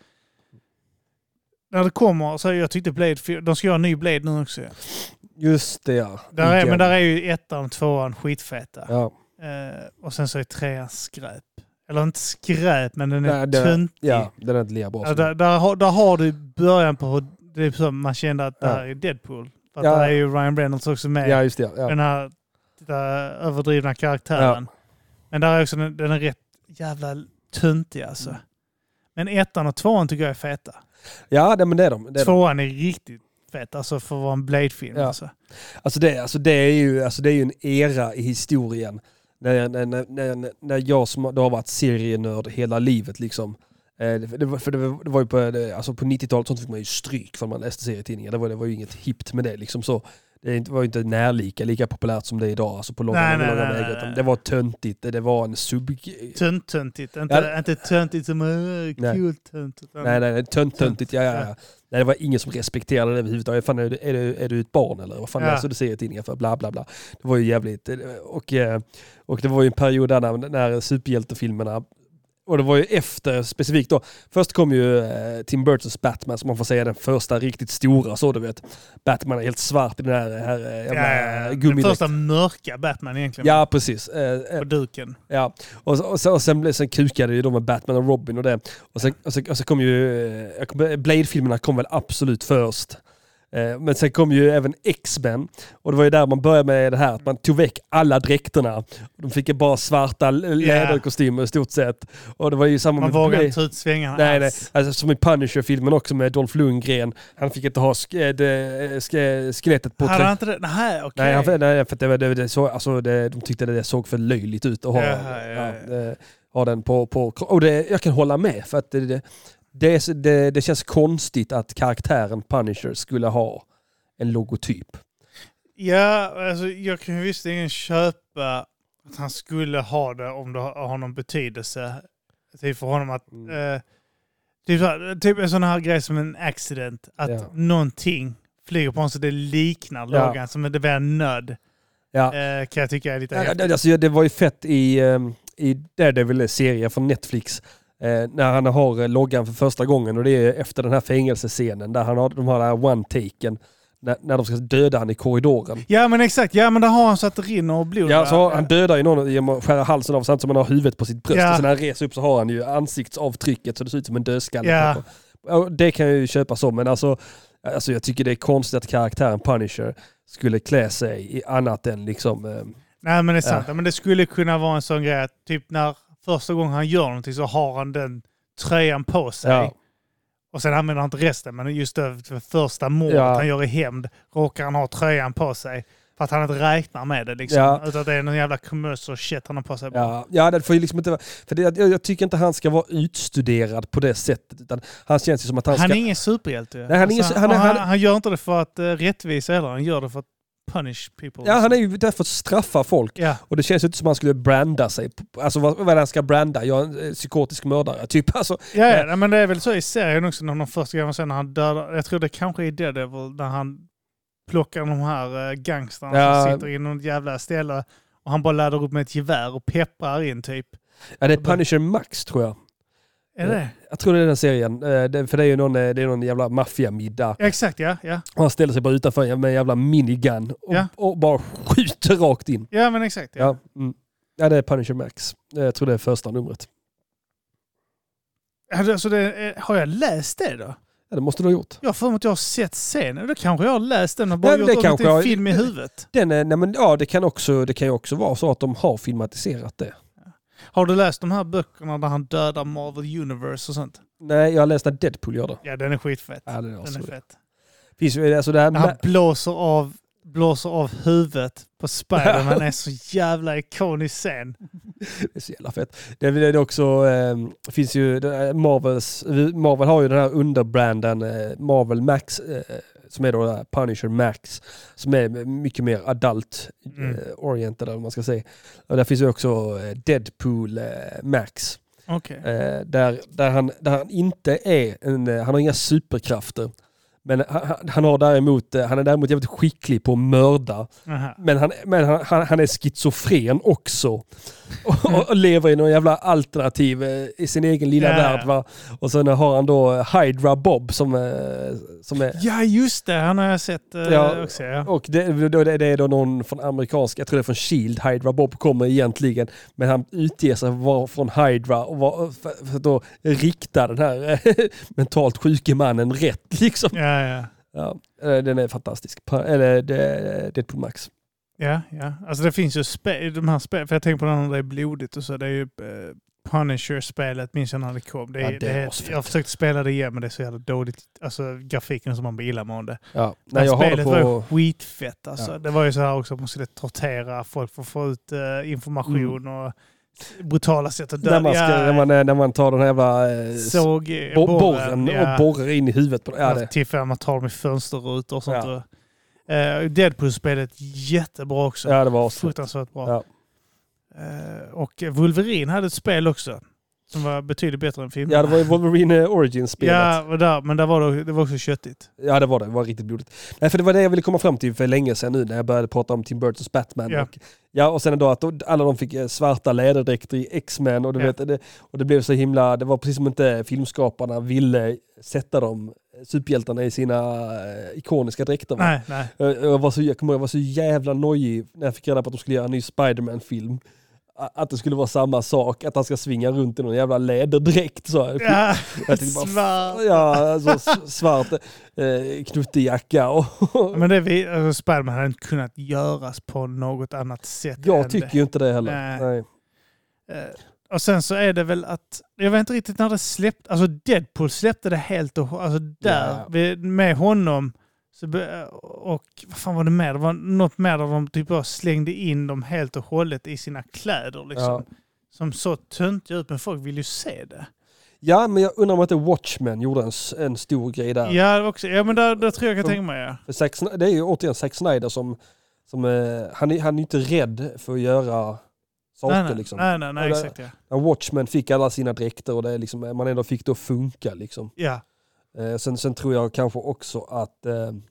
När det kommer, så jag tyckte Blade, de ska göra en ny Blade nu också. Just det, ja. Men där är ju 1 och 2 skitfeta. Ja. Och sen så är 3 skräp. Eller inte skräp, men den är töntig. Ja, den är inte lika bra. Där har du början på hur det är så man kände att det här är Deadpool. För att där är ju Ryan Reynolds också med. Ja, just det. Ja. Den här överdrivna karaktären. Ja. Men där är också den är rätt jävla töntig alltså. Men 1 och 2 tycker jag är feta. Ja, men det är de. 2 är riktigt fett, alltså för att vara en Blade-film. Ja. Alltså det är ju en era i historien när jag som har varit serienörd hela livet liksom. Det var ju på 90-talet sånt fick man ju stryk för man läste serietidningar. Det var ju inget hippt med det liksom så. Det var ju inte lika populärt som det är idag alltså på långa vägar. Det var töntigt, det var en töntigt, inte töntigt som kul töntigt. Nej, töntigt, ja. Nej, det var ingen som respekterade det överhuvudtaget. Fan, är du ett barn eller vad fan läser du serietidningar för? Bla bla bla. Det var ju jävligt och det var ju en period där när superhjältefilmerna. Och det var ju efter specifikt då. Först kom ju Tim Burtons Batman som man får säga den första riktigt stora så du vet. Batman är helt svart i den här den första mörka Batman egentligen. Ja, precis. På duken. Ja. Och sen kukade ju de med Batman och Robin och det. Och så kom ju Blade-filmerna kom väl absolut först. Men sen kom ju även X-Men och det var ju där man började med det här att man tog väck alla dräkterna. De fick bara svarta läderkostymer i stort sett. Och det var ju samma man vågade inte ta ut svängarna. Nej. Alltså, som i Punisher-filmen också med Dolph Lundgren. Han fick inte ha skelettet på... Hade han inte det? Nej, okej. Nej, för det så, alltså, de tyckte det såg för löjligt ut att ha den på... Och jag kan hålla med för att det känns konstigt att karaktären Punisher skulle ha en logotyp. Ja, alltså jag kan ju visst ingen köpa att han skulle ha det om det har någon betydelse. Typ för honom att... typ en sån här grej som en accident. Att någonting flyger på honom så det liknar Logan som det var en nöd. Ja. Kan jag tycka är lite häftigt. Alltså, det var ju fett i Daredevil serie från Netflix. När han har loggan för första gången och det är efter den här fängelsescenen där de har den här one-taken när de ska döda han i korridoren. Ja men exakt, ja men där har han så att det rinner och blod. Ja, så han dödar ju någon genom att skära halsen av samtidigt som han har huvudet på sitt bröst och sen när han reser upp så har han ju ansiktsavtrycket så det ser ut som en dödskalle. Ja. Det kan jag ju köpa så men alltså jag tycker det är konstigt att karaktären Punisher skulle klä sig i annat än liksom... Nej men det är sant, men det skulle kunna vara en sån grej att typ när första gången han gör någonting så har han den tröjan på sig. Ja. Och sen använder han inte resten. Men just det första mordet han gör i hämnd råkar han ha tröjan på sig. För att han inte räknar med det. Liksom. Ja. Utan att det är någon jävla kommers och shit han har på sig. Ja, det får ju liksom inte vara... För jag tycker inte han ska vara utstuderad på det sättet. Utan han känns ju som att han är ingen superhjälte. Nej, han gör inte det för att rättvisa eller han gör det för att punish people. Ja, han är ju därför att straffa folk. Ja. Och det känns inte som att han skulle branda sig. Alltså vad han ska branda? Jag är en psykotisk mördare. Typ. Alltså, ja, men det är väl så i serien också. När de första gången sen när han dödar... Jag tror det kanske är Daredevil när han plockar de här gangsterna som sitter i någon jävla ställe och han bara laddar upp med ett gevär och pepprar in typ. Ja, det är Punisher Max tror jag. Är det? Jag tror det är den serien. För det är någon jävla maffiamiddag. Ja, exakt, ja. Och han ställer sig bara utanför med en jävla minigun och bara skjuter rakt in. Ja, men exakt. Ja, ja det är Punisher Max. Jag tror det är första numret. Alltså har jag läst det då? Ja, det måste du ha gjort. Jag får att jag har sett scenen. Då kanske jag har läst den och bara gjort om till film i huvudet. Det kan ju också vara så att de har filmatiserat det. Har du läst de här böckerna där han dödar Marvel Universe och sånt? Nej, jag har läst att Deadpool gör det. Ja, den är skitfett. Ja, den är fett. Finns ju alltså det här han blåser av huvudet på Spider-Man är så jävla ikonisk scen. Det är så jävla fett. Det är också finns ju Marvel har ju den här underbranden Marvel Max som är då där Punisher Max som är mycket mer adult oriented eller vad man ska säga. Och där finns ju också Deadpool Max. Okay. Där han inte är han har inga superkrafter. Men han är däremot jävligt skicklig på att mörda. Men han är schizofren också. Och lever i någon jävla alternativ i sin egen lilla värld. Va? Och sen har han då Hydra Bob som är... Ja, just det. Han har jag sett också. Ja. Och det är då någon från amerikansk, jag tror det är från Shield. Hydra Bob kommer egentligen. Men han utger sig vara från Hydra och för att då rikta den här mentalt sjuke mannen rätt liksom. Ja, den är fantastisk. Eller Deadpool Max. Ja. Alltså det finns ju de här spel, för jag tänker på när det är blodigt och så, det är ju Punisher-spelet minns jag när det kom. Jag försökte spela det igen, men det är så jävla dåligt. Alltså grafiken som man blir illamående. Ja. Spelet var ju skitfett. Alltså. Ja. Det var ju så här också att man skulle tortera folk för att få ut information och brutala sätt att dö. När man tar den här jävla borren och borrar in i huvudet på det. Tillfället man tar dem i fönsterrutor och sånt. Ja. Deadpool-spelet jättebra också. Ja, det var fruktansvärt bra. Ja. Och Wolverine hade ett spel också som var betydligt bättre än filmen. Ja, det var ju Wolverine Origins-spelet. Ja, men det var också köttigt. Ja, det var riktigt blodigt. Nej, för det var det jag ville komma fram till för länge sedan nu när jag började prata om Tim Burtons Batman. Ja. Och sen då att alla de fick svarta läderdräkter i X-Men och det blev så himla, det var precis som inte filmskaparna ville sätta dem superhjältarna i sina ikoniska dräkter. Nej. Jag var så jävla nojig när jag fick reda på att de skulle göra en ny Spider-Man-film. Att det skulle vara samma sak, att han ska svinga runt i någon jävla läderdräkt. Så. Ja, svart. Svart knuttejacka. Men Spider-Man hade inte kunnat göras på något annat sätt. Jag tycker ju inte det heller. Nej. Och sen så är det väl att, jag vet inte riktigt när det släppte, alltså Deadpool släppte det helt och alltså där, med honom. Och vad fan var det med? Det var något med där de typ bara slängde in dem helt och hållet i sina kläder liksom. Ja. Som så tunt ut, men folk vill ju se det. Ja, men jag undrar om att Watchmen gjorde en stor grej där. Ja, också. Ja, men där tror jag kan tänka mig. Ja. Det är ju återigen Zack Snyder som han är inte rädd för att göra saker. Nej, liksom. Nej, exakt. Ja. När Watchmen fick alla sina dräkter och det liksom, man ändå fick det att funka liksom. Ja. Sen tror jag kanske också att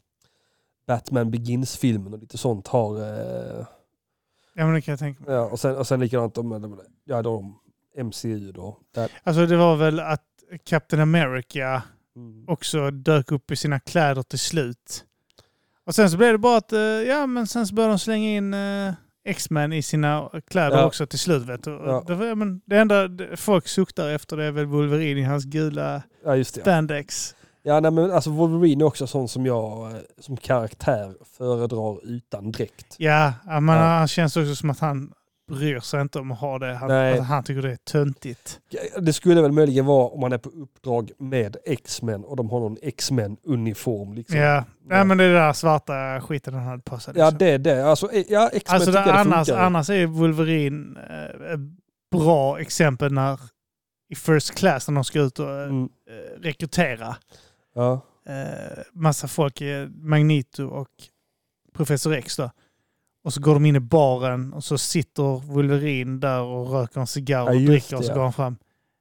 Batman Begins-filmen och lite sånt har... Ja, men det kan jag tänka mig. Ja, och sen likadant de MCU då. Alltså det var väl att Captain America också dök upp i sina kläder till slut. Och sen så blev det bara att, sen så började de slänga in X-Men i sina kläder också till slut. Vet du. Ja. Det enda folk suktar efter det är väl Wolverine i hans gula spandex. Ja, nej, men alltså Wolverine är också sån som jag som karaktär föredrar utan dräkt. Ja, men han känns också som att han bryr sig inte om att ha det. Han tycker det är töntigt. Det skulle väl möjligen vara om man är på uppdrag med X-Men och de har någon X-Men-uniform. Liksom. Ja, men det är där svarta skiten han hade på sig. Ja, det. Alltså, X-Men alltså annars är Wolverine bra exempel när i First Class när de ska ut och rekrytera. Ja. Massa folk, Magneto och Professor X då. Och så går de in i baren och så sitter Wolverine där och röker en cigarr och dricker och så går han fram.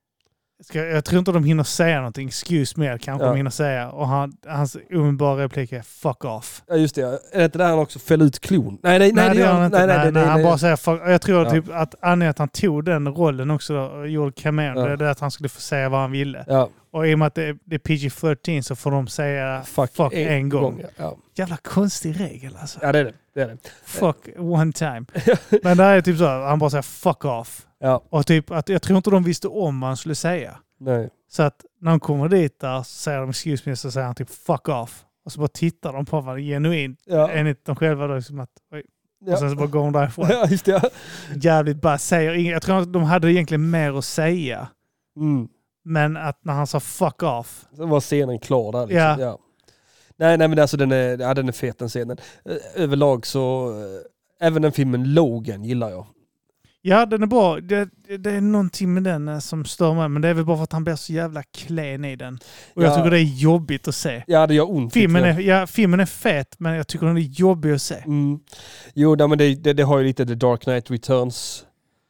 Jag tror inte de hinner säga någonting. Excuse me, kanske de hinner säga. Och hans omedelbara replik är fuck off. Ja, just det. Är det inte där han också fäller ut klon? Nej, det gör han inte. Nej, han bara säger fuck. Jag tror typ att anledningen att han tog den rollen också då, och gjorde cameo, det är att han skulle få säga vad han ville. Ja. Och i och med att det är PG-13 så får de säga fuck en gång. Ja. Jävla konstig regel alltså. Ja, det är det. Fuck one time. Men det är typ så, han bara säger fuck off. Ja. Och typ att jag tror inte de visste om vad han skulle säga. Nej. Så att när de kommer dit där så säger de excuse me, så säger han typ fuck off. Och så bara tittar de på varandra genuint. Enligt de själva då som att och sen så bara går de därifrån. Ja, just det. Jävligt bara säger inget. Jag tror att de hade egentligen mer att säga. Mm. Men att när han sa fuck off. Så var scenen klar där liksom. Ja. Nej, men alltså den är fet den scenen. Överlag så även den filmen Logan gillar jag. Ja, den är bra. Det är någonting med den som stör mig, men det är väl bara för att han blir så jävla klen i den. Och jag tycker det är jobbigt att se. Ja, det gör ont. Filmen är fet, men jag tycker den är jobbig att se. Mm. Jo, men det har ju lite The Dark Knight Returns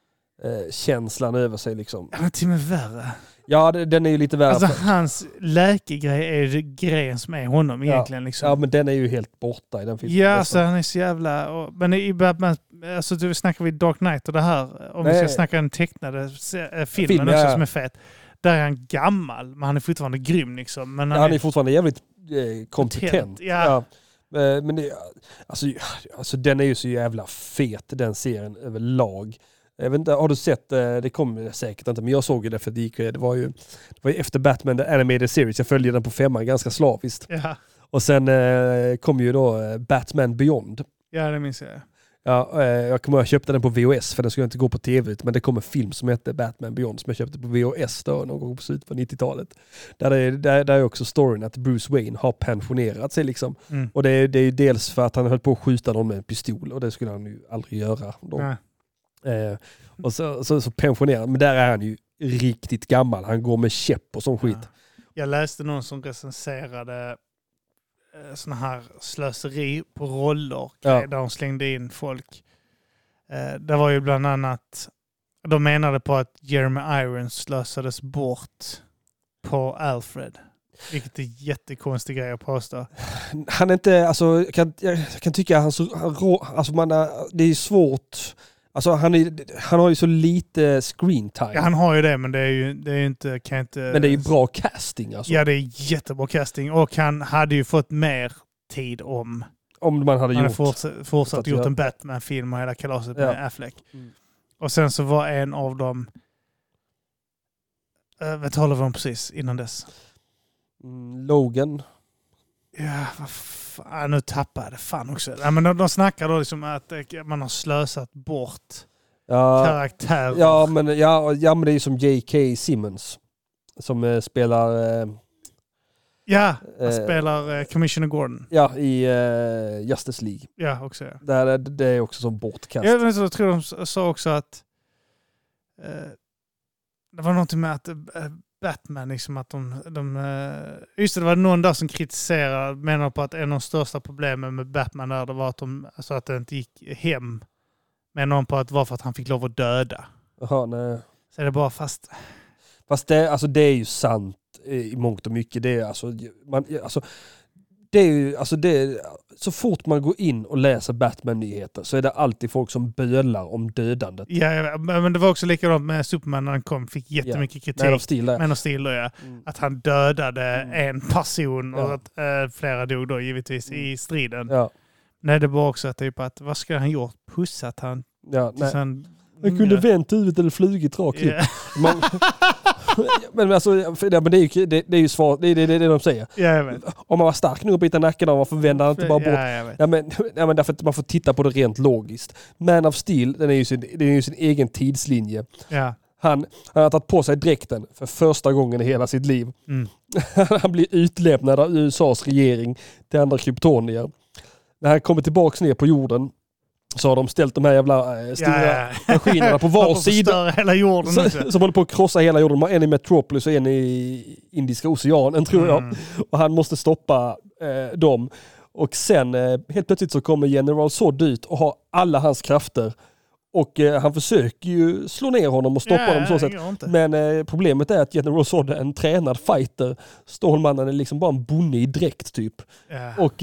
känslan över sig liksom. Ja, men till och med värre. Ja, den är ju lite värre. Alltså hans läkegrej är grejen som är honom egentligen. Liksom. Ja, men den är ju helt borta i den filmen. Ja, så han är så jävla... Men i Batman, alltså du snackar vi Dark Knight och det här. Om vi ska snacka den tecknade filmen också som är fet. Där är han gammal, men han är fortfarande grym liksom. Men han är fortfarande jävligt kompetent. Ja. Men det, alltså den är ju så jävla fet, den serien överlag. Jag vet inte, har du sett, det kommer säkert inte, men jag såg ju det för det var ju efter Batman The Animated Series. Jag följde den på 5 ganska slaviskt. Ja. Och sen kom ju då Batman Beyond. Ja, det minns jag. Ja, jag köpte den på VHS för den skulle inte gå på tv, men det kom en film som hette Batman Beyond som jag köpte på VHS då, någon gång på slutet på 90-talet. Där är också storyn att Bruce Wayne har pensionerat sig liksom. Och det är ju dels för att han höll på att skjuta någon med en pistol och det skulle han ju aldrig göra då. Och så pensionerar men där är han ju riktigt gammal. Han går med käpp och sån skit. Jag läste någon som recenserade såna här slöseri på roller där de slängde in folk. Det var ju bland annat de menade på att Jeremy Irons slösades bort på Alfred. Vilket är jättekonstig grej att påstå. Han är inte, alltså jag kan tycka alltså det är svårt. Alltså han har ju så lite screen time. Ja, han har ju det, men det är ju inte, kan inte... Men det är ju bra casting alltså. Ja, det är jättebra casting. Och han hade ju fått mer tid om man hade fortsatt gjort en Batman-film och hela kalaset med Affleck. Och sen så var en av dem... vad talade vi om precis innan dess? Logan. Ja, vad fan, nu tappade jag det fan också. Ja, men de snackar då liksom att man har slösat bort karaktärer. Ja, men det är ju som J.K. Simmons som spelar... han spelar Commissioner Gordon. Ja, i Justice League. Ja, också. Ja. Det är också som bortkast. Jag tror de sa också att det var någonting med att Batman, liksom att just det var någon där som kritiserade, menar på att en av de största problemen med Batman där det var att det inte gick hem. Men någon på att det var för att han fick lov att döda. Jaha, nej. Så är det bara fast det är ju sant i mångt och mycket. Det är det är ju så fort man går in och läser Batman-nyheter så är det alltid folk som bölar om dödandet. Ja, men det var också likadant med Superman när han kom, fick jättemycket kritik. Man of Steel, att han dödade en person och att flera dog då givetvis i striden. Ja. Nej, det var också typ att vad ska han gjort? Pussat han? Ja, nej. Han kunde vänt huvudet eller flugit rakt in. Men alltså, det är ju svar, det är det de säger. Ja, jag vet. Om man var stark nog att bita nacken av, varför vänder han inte bara bort? Ja, men därför att man får titta på det rent logiskt. Man of Steel, det är ju sin egen tidslinje. Ja. Han har tagit på sig dräkten för första gången i hela sitt liv. Han blir utlämnad av USAs regering till andra kryptonier. När han kommer tillbaka ner på jorden så har de ställt de här jävla stora maskinerna på var sida. Hela jorden som håller på att krossa hela jorden. En i Metropolis och en i Indiska oceanen, tror jag. Och han måste stoppa dem. Och sen helt plötsligt så kommer General Zod ut och har alla hans krafter. Och han försöker ju slå ner honom och stoppa honom på så sätt. Men problemet är att General Zod är en tränad fighter. Stålmannen är liksom bara en bonde i dräkt typ. Och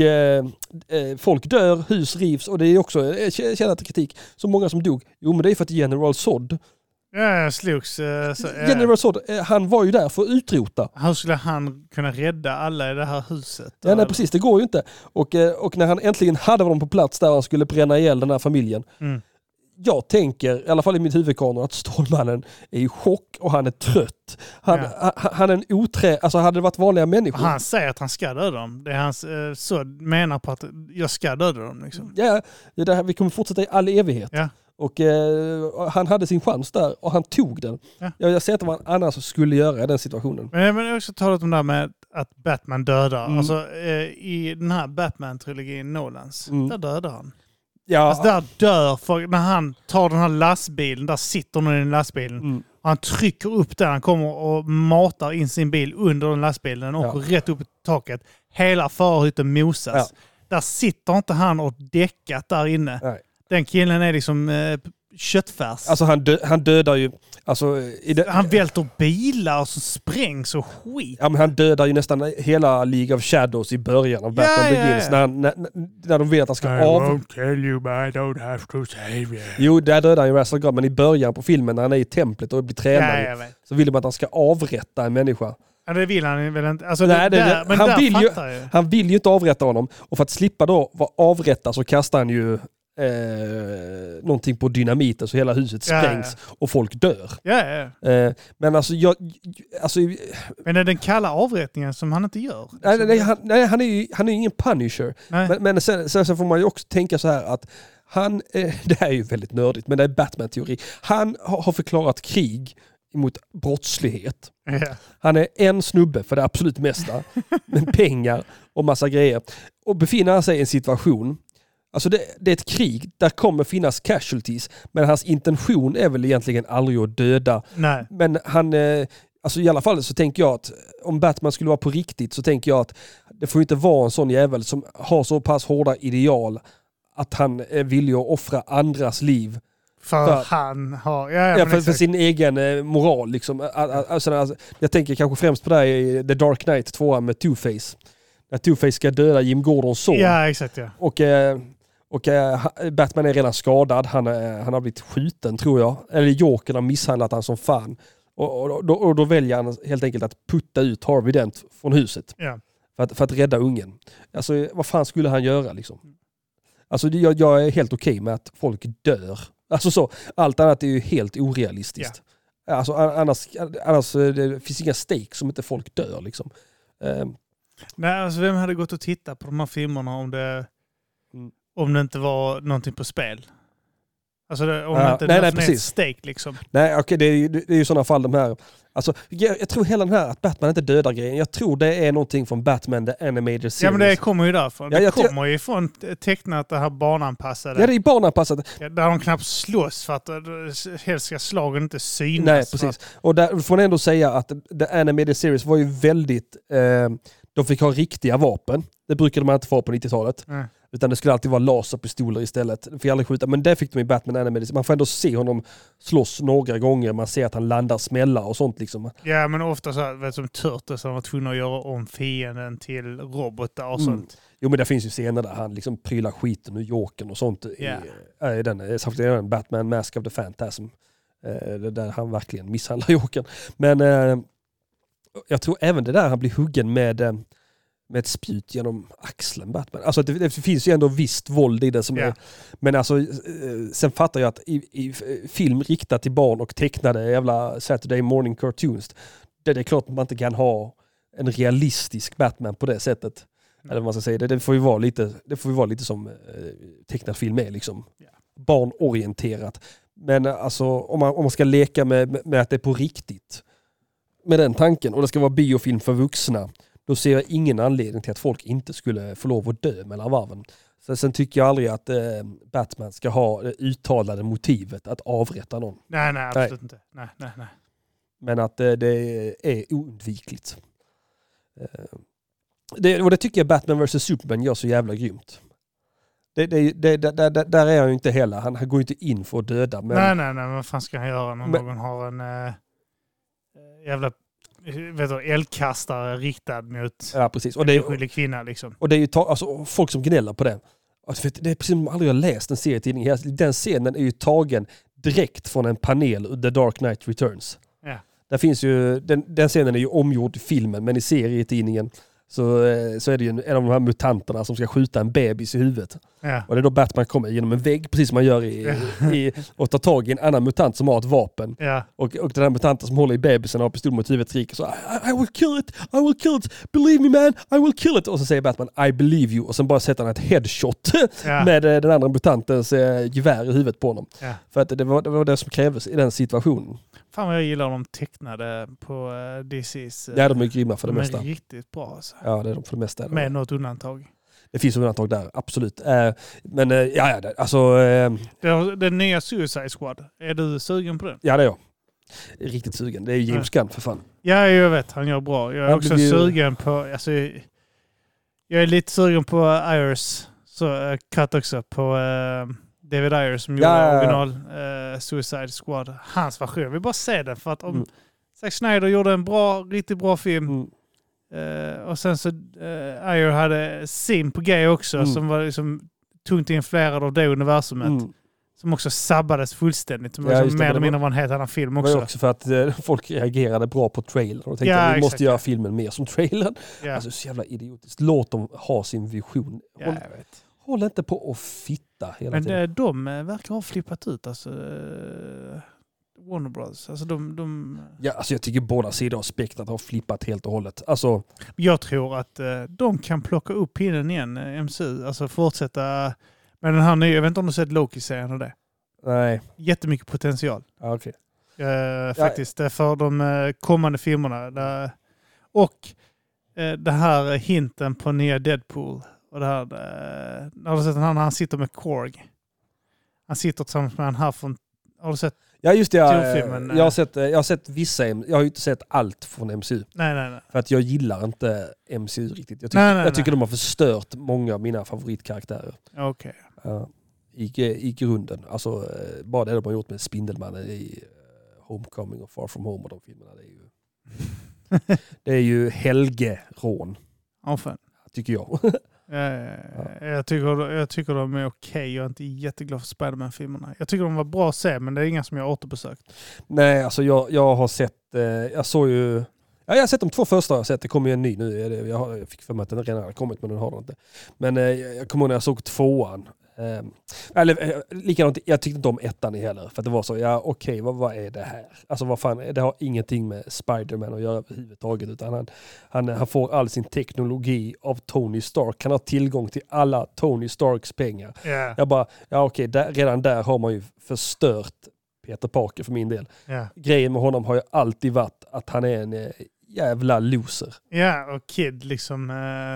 folk dör, hus rivs och det är också kännat kritik. Så många som dog. Jo, men det är för att General Zod slogs. General Zod, han var ju där för att utrota. Hur skulle han kunna rädda alla i det här huset? Ja, nej, precis, det går ju inte. Och när han äntligen hade dem på plats där han skulle bränna ihjäl den här familjen. Jag tänker, i alla fall i mitt huvudkanon, att Stålmannen är i chock och han är trött. Han är en alltså hade det varit vanliga människor. Han säger att han ska döda dem. Det är hans så menar på att jag ska döda dem. Liksom. Ja, det här, vi kommer fortsätta i all evighet. Ja. Och han hade sin chans där och han tog den. Ja. Jag ser att det var en annan som skulle göra i den situationen. Men jag har också talat om det här med att Batman dödar. Alltså i den här Batman-trilogin Nolans, där dödar han. Ja. Alltså där dör folk, när han tar den här lastbilen, där sitter någon i den lastbilen. Och han trycker upp den, han kommer och matar in sin bil under den lastbilen och åker rätt upp i taket. Hela förhytten mosas. Ja. Där sitter inte han och däckat där inne. Nej. Den killen är liksom köttfärs. Alltså han dödar ju... Alltså, han välter bilar som sprängs och skit. Ja, men han dödar ju nästan hela League of Shadows i början av Batman Begins. När de vet att han ska won't tell you, but I don't have to save you. Jo, där dödar han ju Russell Crowe, men i början på filmen när han är i templet och blir tränad så vill de att han ska avrätta en människa. Ja, det vill han väl inte. Alltså, han vill ju inte avrätta honom. Och för att slippa då vara avrättad så kastar han ju någonting på dynamiten så hela huset sprängs och folk dör. Men alltså, men är den kalla avrättningen som han inte gör? Han är ingen Punisher. Men sen får man ju också tänka så här att det här är ju väldigt nördigt, men det är Batman-teori. Han har förklarat krig mot brottslighet. Yeah. Han är en snubbe för det absolut mesta, med pengar och massa grejer. Och befinner han sig i en situation, alltså det är ett krig, där kommer finnas casualties, men hans intention är väl egentligen aldrig att döda. Nej. Men han, alltså i alla fall så tänker jag att om Batman skulle vara på riktigt, så tänker jag att det får inte vara en sån jävel som har så pass hårda ideal att han är villig att offra andras liv. För han har... för sin egen moral. Liksom. Alltså, jag tänker kanske främst på det här i The Dark Knight 2 med Two-Face. När Two-Face ska döda Jim Gordons son. Ja, exakt. Ja. Och Batman är redan skadad. Han har blivit skjuten, tror jag. Eller Jokern har misshandlat han som fan. Och då väljer han helt enkelt att putta ut Harvey Dent från huset. Ja. För att rädda ungen. Alltså, vad fan skulle han göra liksom? Alltså, jag är helt okej med att folk dör. Alltså så, allt annat är ju helt orealistiskt. Ja. Alltså, annars det finns inga stakes som inte folk dör liksom. Nej, alltså vem hade gått och tittat på de här filmerna om det inte var någonting på spel? Alltså om det inte är ett stake liksom. Nej, okej, det är ju sådana fall de här. Alltså, jag tror hela den här att Batman inte dödar grejen. Jag tror det är någonting från Batman The Animated Series. Ja, men det kommer ju därifrån. Det kommer ju från tecknat det här barnanpassade. Ja, det är barnanpassat. Ja, där de knappt slåss för att helst ska slagen inte synas. Nej, precis. Och där får man ändå säga att The Animated Series var ju väldigt... de fick ha riktiga vapen. Det brukade man inte få på 90-talet. Utan det skulle alltid vara laserpistoler istället. De fick aldrig skjuta. Men det fick de i Batman Animated. Man får ändå se honom slåss några gånger. Man ser att han landar smällar och sånt liksom. Ja, men ofta så vet som Turtles som var tvungna att göra om fienden till robotar och sånt. Jo, men det finns ju scener där han liksom prylar skiten ur Jokern och sånt. I den Batman Mask of the Phantasm. Där han verkligen misshandlar Jokern. Men jag tror även det där han blir huggen med ett spjut genom axeln, Batman. Alltså det finns ju ändå visst våld i det som är... Men alltså, sen fattar jag att i film riktad till barn och tecknade jävla Saturday morning cartoons, det är klart att man inte kan ha en realistisk Batman på det sättet. Eller vad man ska säga. Det får ju vara lite som tecknad film är liksom. Barnorienterat. Men alltså, om man ska leka med att det är på riktigt, med den tanken, och det ska vara biofilm för vuxna, då ser jag ingen anledning till att folk inte skulle få lov att dö mellan varven. Sen tycker jag aldrig att Batman ska ha det uttalade motivet att avrätta någon. Nej, absolut inte. Nej. Men att det är oundvikligt. Och det tycker jag Batman vs. Superman gör så jävla grymt. Där är han ju inte heller. Han går ju inte in för att döda. Men... Nej, vad fan ska han göra när någon har en jävla eldkastare riktad mot en oskyldig kvinna liksom. Och det är ju alltså, folk som gnäller på det. Alltså, det är precis som aldrig har läst en serietidning. Den scenen är ju tagen direkt från en panel ur The Dark Knight Returns. Ja. Där finns ju, den scenen är ju omgjord i filmen, men i serietidningen så är det ju en av de här mutanterna som ska skjuta en bebis i huvudet. Ja. Och det är då Batman kommer genom en vägg, precis som man gör och tar tag i en annan mutant som har ett vapen. Ja. Och den här mutanten som håller i bebisen har pistol mot huvudet skriker så I will kill it, believe me man, I will kill it. Och så säger Batman, I believe you. Och sen bara sätter han ett headshot med den andra mutantens gevär i huvudet på honom. Ja. För att det var det som krävdes i den situationen. Fan vad jag gillar de tecknade på DC's. Ja, de är grymma för det mesta. De är riktigt bra alltså. Ja, det är de för det mesta. Med något undantag. Det finns undantag där, absolut. Men alltså... Den nya Suicide Squad, är du sugen på den? Ja, det är jag. Riktigt sugen. Det är James Gunn för fan. Ja, jag vet. Han gör bra. Jag är också sugen på... Alltså, jag är lite sugen på Ayers cut också. På David Ayers som gjorde original Suicide Squad. Hans version. Jag vill bara se den för att om Zack Snyder gjorde en riktigt bra film och sen så Ayer hade sin på G också som var liksom tungt influerad av det universumet. Som också sabbades fullständigt. Som mer eller mindre var en helt annan film också. Det var också för att folk reagerade bra på trailern. Och tänkte att vi måste göra filmen mer som trailern. Ja. Alltså så jävla idiotiskt. Låt dem ha sin vision. Håll inte på att fitta hela tiden. Men de verkar ha flippat ut. Alltså, Warner Bros. Alltså Ja, alltså jag tycker båda sidor av spektrat har flippat helt och hållet. Alltså... Jag tror att de kan plocka upp pinnen igen, MCU. Alltså fortsätta Men den här nya, jag vet inte om du sett Loki-serien och det. Nej. Jättemycket potential. Okej. Faktiskt. För de kommande filmerna. Och det här hinten på nya Deadpool. Och det här, har du sett han sitter med Korg? Han sitter tillsammans med han här från... Har du sett? Ja just det, jag har sett vissa, jag har ju inte sett allt från MCU. Nej. För att jag gillar inte MCU riktigt. Jag tycker de har förstört många av mina favoritkaraktärer. Okej. I grunden. Alltså bara det de har gjort med Spindelmannen i Homecoming och Far From Home och de filmerna. Det är ju Helge-rån. Fan. Tycker jag. Jag tycker de är okej. Jag är inte jätteglad för Spider-Man-filmerna. Jag tycker de var bra att se, men det är inga som jag har återbesökt. Nej, alltså jag har sett... jag har sett de 2 första. Jag har sett, det kommer ju en ny nu. Jag fick för mig att den redan har kommit, men den har den inte. Men jag kommer ihåg när jag såg 2:an. Likadant, jag tyckte inte om 1:an heller. För att det var så, vad är det här? Alltså vad fan, det har ingenting med Spider-Man att göra överhuvudtaget. Utan han får all sin teknologi av Tony Stark. Han har tillgång till alla Tony Starks pengar. Yeah. Jag bara, redan där har man ju förstört Peter Parker för min del. Yeah. Grejen med honom har ju alltid varit att han är en jävla loser. Ja, och Kid liksom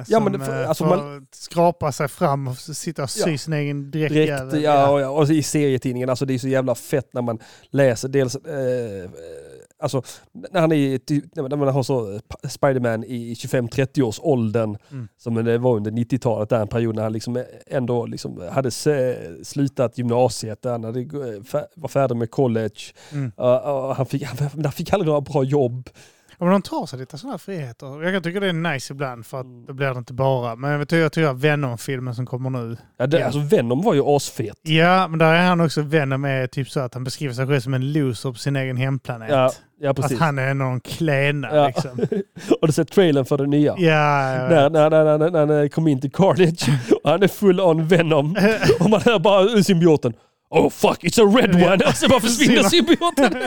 man skrapa sig fram och sitta och sy sin egen direkt. Ja, och i serietidningen, alltså det är så jävla fett när man läser dels alltså när man har så Spider-Man i 25-30 års åldern som det var under 90-talet, där en period när han liksom ändå liksom hade slutat gymnasiet, där han var färdig med college och han fick aldrig några bra jobb. Ja, men de tar sig lite sådana friheter. Jag kan tycka det är nice ibland, för att det blir det inte bara. Men jag tycker Venom-filmen som kommer nu. Ja, alltså Venom var ju asfet. Ja, men där är han också, Venom är typ så att han beskriver sig själv som en loser på sin egen hemplanet. Ja, precis. Att han är någon klena liksom. Har du sett trailern för det nya? Ja. När han kom in till Carnage och han är full on Venom och man hör bara symbioten. Oh fuck, it's a red one! Och så bara försvinner symbioten.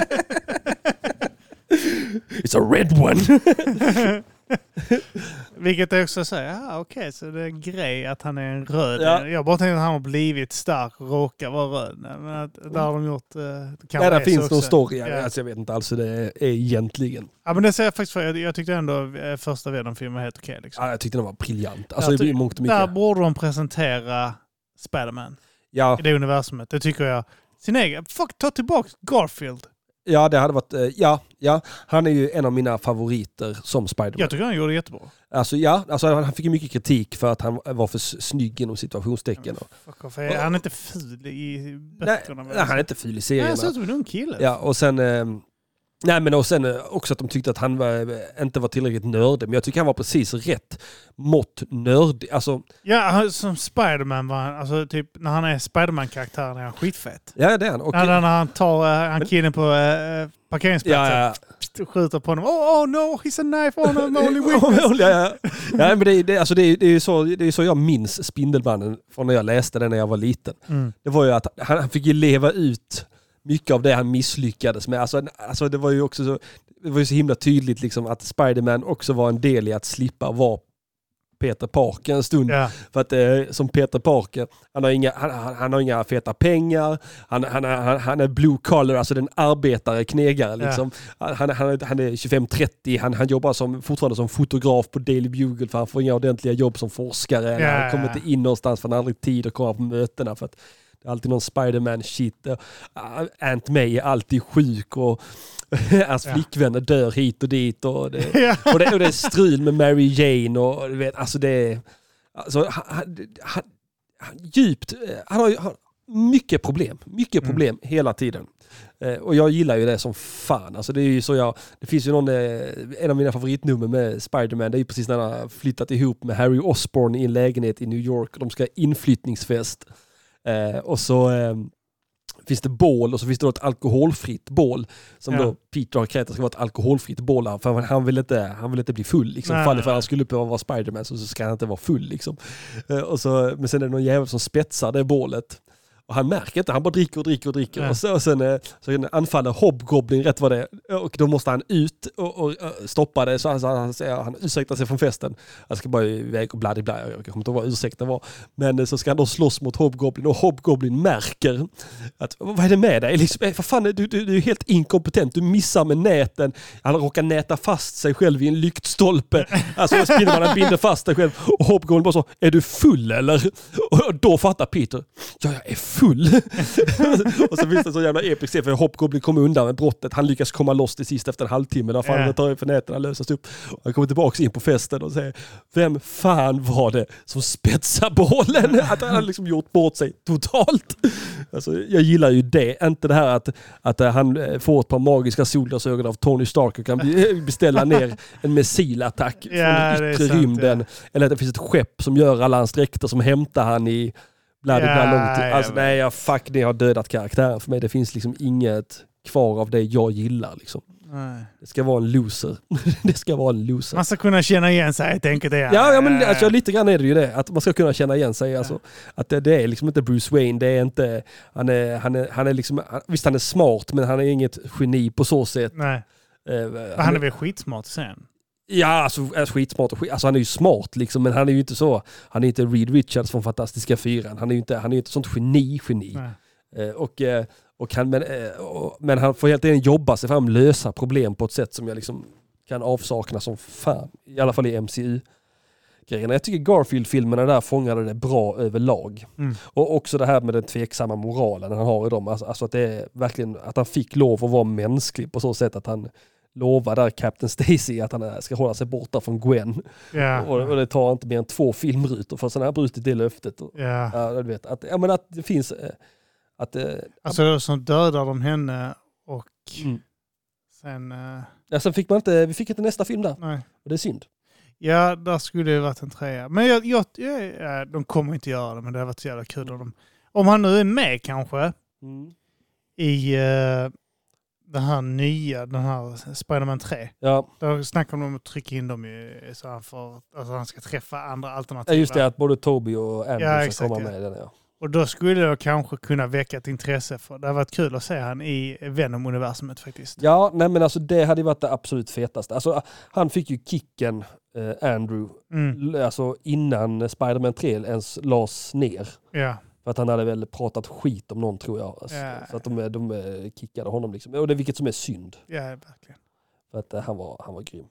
It's a red one. Vilket är också säger, okej, så det är en grej att han är en röd. Ja. Jag bara tänkte att han har blivit stark och råkar vara röd. Men att, där har de gjort... Det finns någon story. Alltså, jag vet inte alls hur det är egentligen. Ja, men det säger jag faktiskt för. Jag tyckte ändå första Venom-filmen var helt okej. Liksom. Ja, jag tyckte den var briljant. Alltså, mångt och mycket. Där borde de presentera Spider-Man i det universumet. Det tycker jag. Sin egen. Ta tillbaka Garfield. Ja, det hade varit... Ja. Han är ju en av mina favoriter som Spider-Man. Jag tycker han gjorde det jättebra. Alltså han fick ju mycket kritik för att han var för snygg inom situationstecken. Han är inte ful i böckerna. Nej, han är inte ful i serierna. Han ser ut som en ung kille. Ja, och sen... och sen också att de tyckte att han inte var tillräckligt nördig. Men jag tycker han var precis rätt mått nördig. Alltså, ja, som Spider-Man var han, alltså typ när han är Spider-Man-karaktären är han skitfett. Ja, det är han. Okay. När han tar killen på parkeringsplatsen och skjuter på honom. Oh no, he's a knife on him, only weakness. Ja, men det är så jag minns Spindelmannen från när jag läste den när jag var liten. Det var ju att han fick ju leva ut mycket av det han misslyckades med. Alltså det var ju också så, det var ju så himla tydligt liksom att Spider-Man också var en del i att slippa vara Peter Parker en stund. Yeah. För att som Peter Parker, han har inga feta pengar. Han är blue collar, alltså den arbetare knegare liksom. Yeah. Han är 25-30, han jobbar fortfarande som fotograf på Daily Bugle, för han får inga ordentliga jobb som forskare. Yeah. Han kommer inte in någonstans, för han har aldrig tid att komma på mötena, för att det är alltid någon Spider-Man shit. Aunt May är alltid sjuk och hans flickvänner dör hit och dit. Och det är strul med Mary Jane. Och du vet, alltså det är... Alltså, han har mycket problem hela tiden. Och jag gillar ju det som fan. Alltså det är ju så det finns ju en av mina favoritnummer med Spider-Man. Det är ju precis när han har flyttat ihop med Harry Osborn i en lägenhet i New York. Och de ska ha inflyttningsfest. Och så finns det bål, och så finns det då ett alkoholfritt bål som då Peter har krävt ska vara ett alkoholfritt bål, för han vill inte bli full liksom. För han skulle behöva vara Spider-Man, så ska han inte vara full liksom. Men sen är det någon jävel som spetsar det bålet. Och han märker inte, han bara dricker. Ja. Och sen anfaller Hobgoblin rätt vad det är. Och då måste han ut och stoppa det. Så han ursäktar sig från festen. Jag ska bara iväg och bla. Jag kommer inte ihåg vad ursäkten var. Men så ska han då slåss mot Hobgoblin. Och Hobgoblin märker att, vad är det med dig? Liksom, vad fan, du är helt inkompetent. Du missar med näten. Han råkar näta fast sig själv i en lyktstolpe. Alltså han binder fast sig själv. Och Hobgoblin bara så, är du full eller? Och då fattar Peter, ja, jag är full. Och så finns det så jävla episk scen, för Hobgoblin kommer undan med brottet. Han lyckas komma loss till sist efter en halvtimme. Där fan det tar för nätterna lösas upp. Och han kommer tillbaka in på festen och säger, vem fan var det som spetsade bollen? Att han har liksom gjort bort sig totalt. Alltså, jag gillar ju det. Inte det här att han får ett par magiska solglasögon av Tony Stark och kan beställa ner en missilattack från den yttre rymden. Ja. Eller att det finns ett skepp som gör alla hans dräkter som hämtar han i fuck, det har dödat karaktären för mig. Det finns liksom inget kvar av det jag gillar liksom. Nej. Det ska vara en loser. Det ska vara en loser. Man ska kunna känna igen sig, tänker det. Ja, men alltså, lite grann är det ju det. Att man ska kunna känna igen sig. Alltså, att det är liksom inte Bruce Wayne. Det är inte, han är liksom, visst han är smart, men han är inget geni på så sätt. Nej. Han är väl skitsmart sen. Ja, alltså skitsmart. Alltså han är ju smart liksom, men han är ju inte så. Han är inte Reed Richards från Fantastiska 4. Han är ju inte sånt geni. Men han får helt enkelt jobba sig fram, lösa problem på ett sätt som jag liksom kan avsakna som fan. I alla fall i MCU-grejerna. Jag tycker Garfield-filmerna där fångade det bra överlag. Och också det här med den tveksamma moralen han har i dem. Alltså att det är verkligen att han fick lov att vara mänsklig på så sätt att han lovar där Captain Stacy att han ska hålla sig borta från Gwen. Yeah. Och det tar inte mer än 2 filmrutor för sen har han brutit det löftet. Ja, du vet, att det finns... Alltså som dödar de henne och sen... sen vi fick inte nästa film där. Nej. Och det är synd. Ja, där skulle det varit en 3. Men de kommer inte göra det, men det har varit så jävla kul om han nu är med kanske i den här Spider-Man 3. Ja. Då snackar de om att trycka in dem så han ska träffa andra alternativ. Ja, just det, att både Toby och Andrew ska komma med i den. Ja. Och då skulle jag kanske kunna väcka ett intresse för. Det har varit kul att se han i Venom-universumet faktiskt. Ja, nej men alltså det hade varit det absolut fetaste. Alltså han fick ju kicken, Andrew, alltså innan Spider-Man 3 ens lades ner. Ja. För att han hade väl pratat skit om någon, tror jag. Alltså, så att de kickade honom liksom. Och det är vilket som är synd. Ja, verkligen. För att han var grym.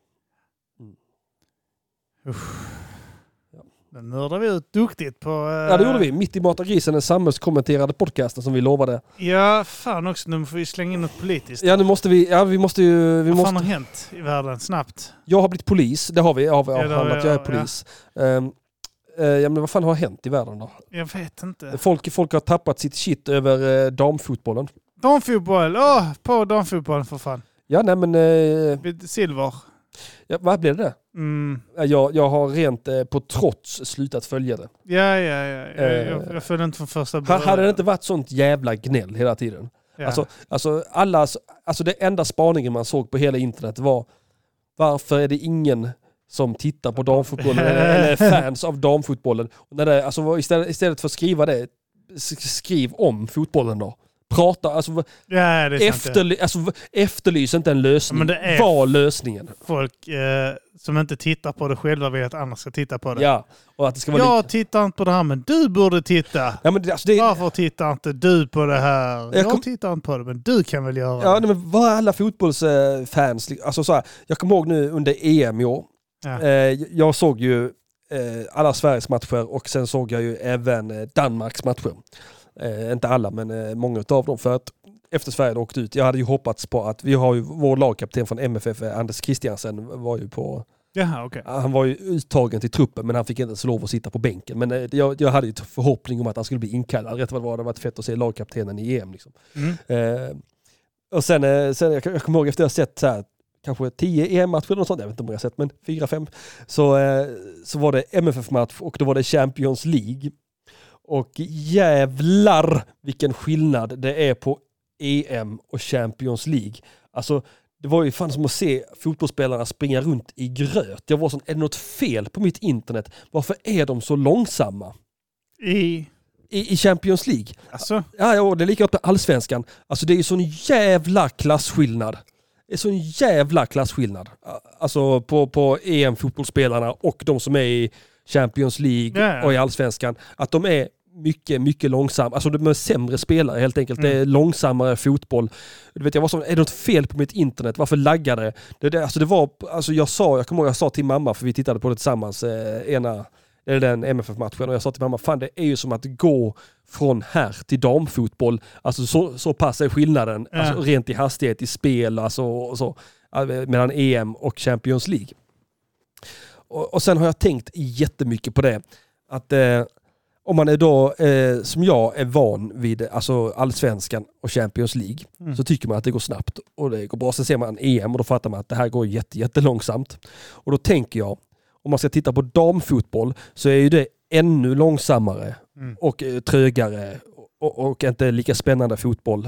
Den nördar vi ut duktigt på... Ja, det gjorde vi. Mitt i Matagrisen, den samhällskommenterade podcasten som vi lovade. Ja, fan också. Nu får vi slänga in något politiskt. Ja, nu måste vi... Ja, vi måste ju... Vad fan har hänt i världen? Snabbt. Jag har blivit polis. Det har vi. Jag jag är polis. Ja. Men vad fan har hänt i världen då? Jag vet inte. Folk har tappat sitt shit över damfotbollen. Damfotboll? På damfotbollen för fan. Ja, nej men... Silver. Ja, vad blev det? Jag har rent på trots slutat följa det. Ja. Jag följde inte från första början. Hade det inte varit sånt jävla gnäll hela tiden? Ja. Alltså det enda spaningen man såg på hela internet var varför är det ingen som tittar på damfotbollen eller fans av damfotbollen? Och när det, alltså, istället för att skriva det, skriv om fotbollen då. Prata, alltså, efterlys inte en lösning. Ja, var lösningen? Folk som inte tittar på det själva vill att andra ska titta på det. Ja, och att det ska vara jag tittar inte på det här, men du borde titta. Ja, men varför tittar inte du på det här? Jag tittar inte på det, men du kan väl göra det. Ja, men vad är alla fotbollsfans? Alltså, så här, jag kommer ihåg nu under EM i år. Ja. Jag såg ju alla Sveriges matcher och sen såg jag ju även Danmarks matcher. Inte alla, men många av dem. För att efter Sverige åkte ut, jag hade ju hoppats på att vi har ju vår lagkapten från MFF, Anders Christiansen, var ju på... Jaha, okay. Han var ju uttagen till truppen, men han fick inte ens lov att sitta på bänken. Men jag hade ju förhoppning om att han skulle bli inkallad. Rätt vad det var, det var fett att se lagkaptenen i EM. Liksom. Och sen jag kommer ihåg efter att jag sett så här, kanske 10 EM-matcher eller något sånt, jag vet inte om jag har sett, men 4-5. Så var det MFF-match och då var det Champions League. Och jävlar vilken skillnad det är på EM och Champions League. Alltså, det var ju fan som att se fotbollsspelarna springa runt i gröt. Jag var sån, är det något fel på mitt internet? Varför är de så långsamma? i Champions League. Alltså? Ja, det är likadant med allsvenskan. Alltså det är ju sån jävla klasskillnad. Det är sån jävla klasskillnad. Alltså på EM-fotbollsspelarna och de som är i Champions League och i allsvenskan. Att de är mycket, mycket långsamma. Alltså de är sämre spelare helt enkelt. Det är långsammare fotboll. Du vet, är det något fel på mitt internet? Varför laggar det? Jag kommer ihåg jag sa till mamma, för vi tittade på det tillsammans, den MFF-matchen, och jag sa till mamma, fan det är ju som att gå från här till damfotboll. Alltså så pass är skillnaden. Alltså, rent i hastighet, i spel, alltså, så, mellan EM och Champions League. Och sen har jag tänkt jättemycket på det. Att om man är då, som jag är van vid, alltså allsvenskan och Champions League, så tycker man att det går snabbt och det går bra. Sen ser man EM och då fattar man att det här går jättelångsamt. Och då tänker jag, om man ska titta på damfotboll så är ju det ännu långsammare och trögare och inte lika spännande fotboll.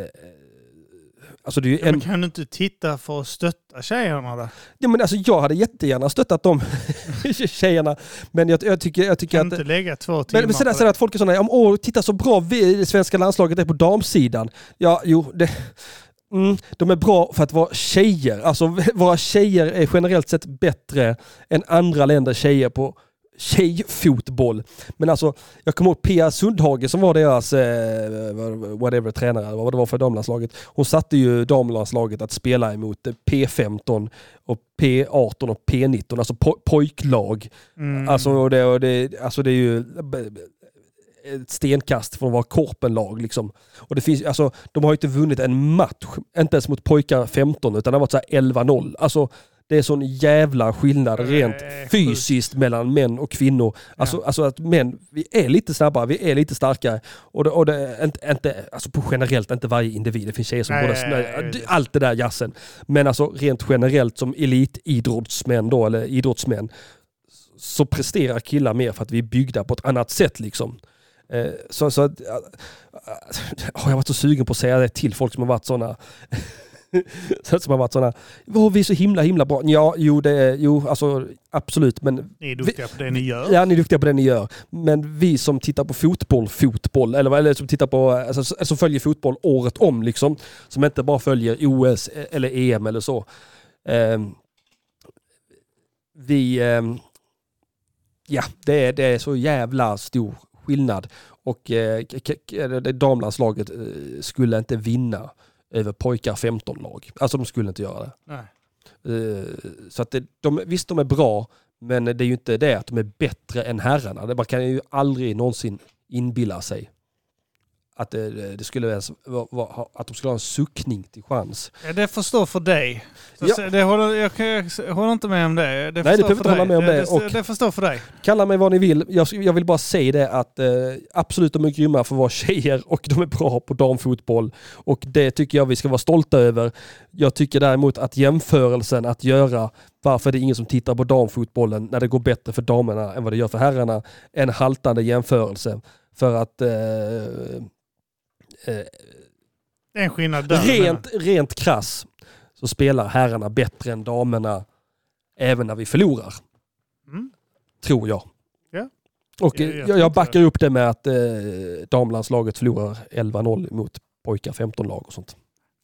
Alltså det är ju men kan du inte titta för att stötta tjejerna då? Ja, men alltså jag hade jättegärna stöttat de tjejerna, men jag tycker att... Kan inte lägga 2 timmar men sådär att folk är sådana, titta så bra det svenska landslaget är på damsidan. Ja, jo, de är bra för att vara tjejer. Alltså våra tjejer är generellt sett bättre än andra länders tjejer på tjejfotboll. Men alltså, jag kommer ihåg Pia Sundhage som var deras tränare, vad det var för damlandslaget. Hon satte ju damlandslaget att spela emot P15 och P18 och P19, alltså pojklag. Alltså det är ju ett stenkast från att vara korpenlag liksom. Och det finns, alltså, de har ju inte vunnit en match, inte ens mot pojkar 15, utan det har varit så här 11-0. Alltså det är sån jävla skillnad rent fysiskt mellan män och kvinnor. Alltså att män, vi är lite snabbare, vi är lite starkare. Och det är inte, alltså på generellt, inte varje individ. Det finns tjejer som allt det där jassen. Men alltså rent generellt som elitidrottsmän då, eller idrottsmän, så presterar killar mer för att vi är byggda på ett annat sätt liksom. Så att, jag har varit så sugen på att säga det till folk som har varit såna som har varit såna, vi är så himla bra. Ja, alltså absolut, men ni är duktiga på det ni gör. Ja, ni är duktiga på det ni gör. Men vi som tittar på fotboll eller som tittar på, alltså, som följer fotboll året om liksom, som inte bara följer OS eller EM eller så. Det är så jävla stor skillnad, och damlandslaget skulle inte vinna över pojkar 15-lag. Alltså de skulle inte göra det. Nej. Så att visst, de är bra, men det är ju inte det att de är bättre än herrarna. Man kan ju aldrig någonsin inbilla sig att det skulle ens att de skulle ha en suckning till chans. Ja, det förstår för dig. Jag håller inte med om det. Nej, det behöver inte hålla med om det. Det förstår för dig. Kalla mig vad ni vill. Jag vill bara säga det att absolut, de är grymma för att vara tjejer och de är bra på damfotboll. Och det tycker jag vi ska vara stolta över. Jag tycker däremot att jämförelsen att göra varför det är ingen som tittar på damfotbollen när det går bättre för damerna än vad det gör för herrarna, en haltande jämförelse. För att en skillnad där. Rent krass så spelar herrarna bättre än damerna även när vi förlorar. Tror jag. Ja. Och jag backar upp det med att damlandslaget förlorar 11-0 mot pojkar 15-lag och sånt.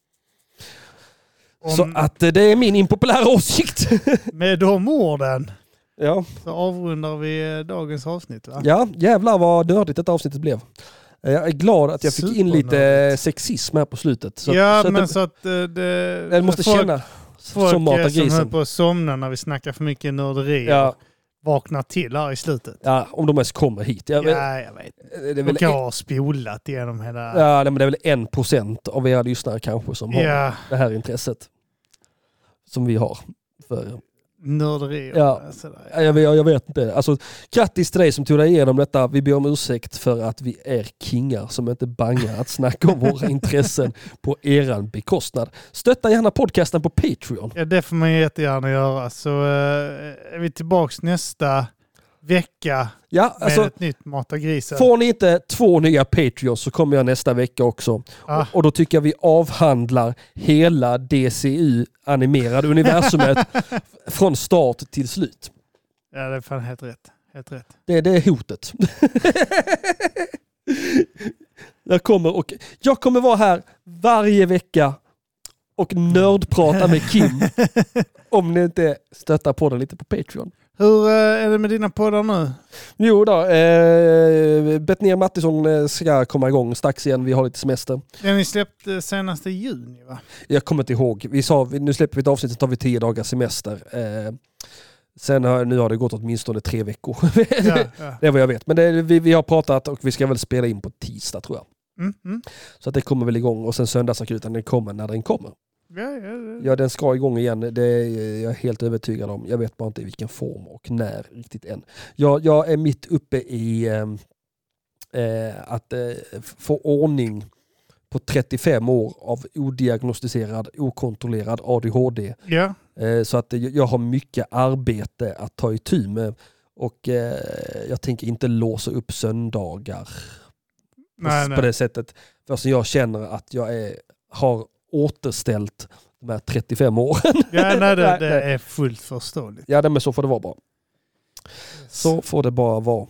Så att det är min impopulära åsikt. Med de orden så avrundar vi dagens avsnitt, va? Ja, jävlar vad nördigt detta avsnittet blev. Jag är glad att jag fick in lite sexism här på slutet. Så att jag måste känna som matar grisen. Folk som höll på att somna när vi snackar för mycket nörderi vaknar till här i slutet. Ja, om de ens kommer hit. Jag vet. De har spolat igenom hela... Ja, men det är väl 1% av era lyssnare kanske som har det här intresset som vi har för nörderi. Ja, jag vet inte. Alltså, grattis till dig som tog dig igenom detta. Vi ber om ursäkt för att vi är kingar som inte bangar att snacka om våra intressen på eran bekostnad. Stötta gärna podcasten på Patreon. Ja, det får man jättegärna göra. Så är vi tillbaks nästa vecka med ett nytt Mata grisen. Får ni inte 2 nya Patreons så kommer jag nästa vecka också. Och då tycker jag vi avhandlar hela DCU-animerade universumet från start till slut. Ja, det är fan helt rätt. Helt rätt. Det är hotet. Jag kommer vara här varje vecka och nördprata med Kim. Om ni inte stöttar på den lite på Patreon. Hur är det med dina poddar nu? Jo då, Betnér Mattisson ska komma igång strax igen. Vi har lite semester. Den ni släppte senast i juni, va? Jag kommer inte ihåg. Vi sa, nu släpper vi ett avsnitt så tar vi 10 dagars semester. Nu har det gått åtminstone 3 veckor. Ja. Det är vad jag vet. Men vi har pratat och vi ska väl spela in på tisdag, tror jag. Så att det kommer väl igång. Och sen söndagsakuten, den kommer när den kommer. Ja, den ska igång igen. Det är jag helt övertygad om. Jag vet bara inte i vilken form och när riktigt än. Jag är mitt uppe i att få ordning på 35 år av odiagnostiserad, okontrollerad ADHD. Ja. Så att jag har mycket arbete att ta itu med. Och jag tänker inte låsa upp söndagar på det sättet. För jag känner att jag har återställt de här 35 åren. Ja, det är fullt förståeligt. Ja, men så får det vara bara. Så får det bara vara.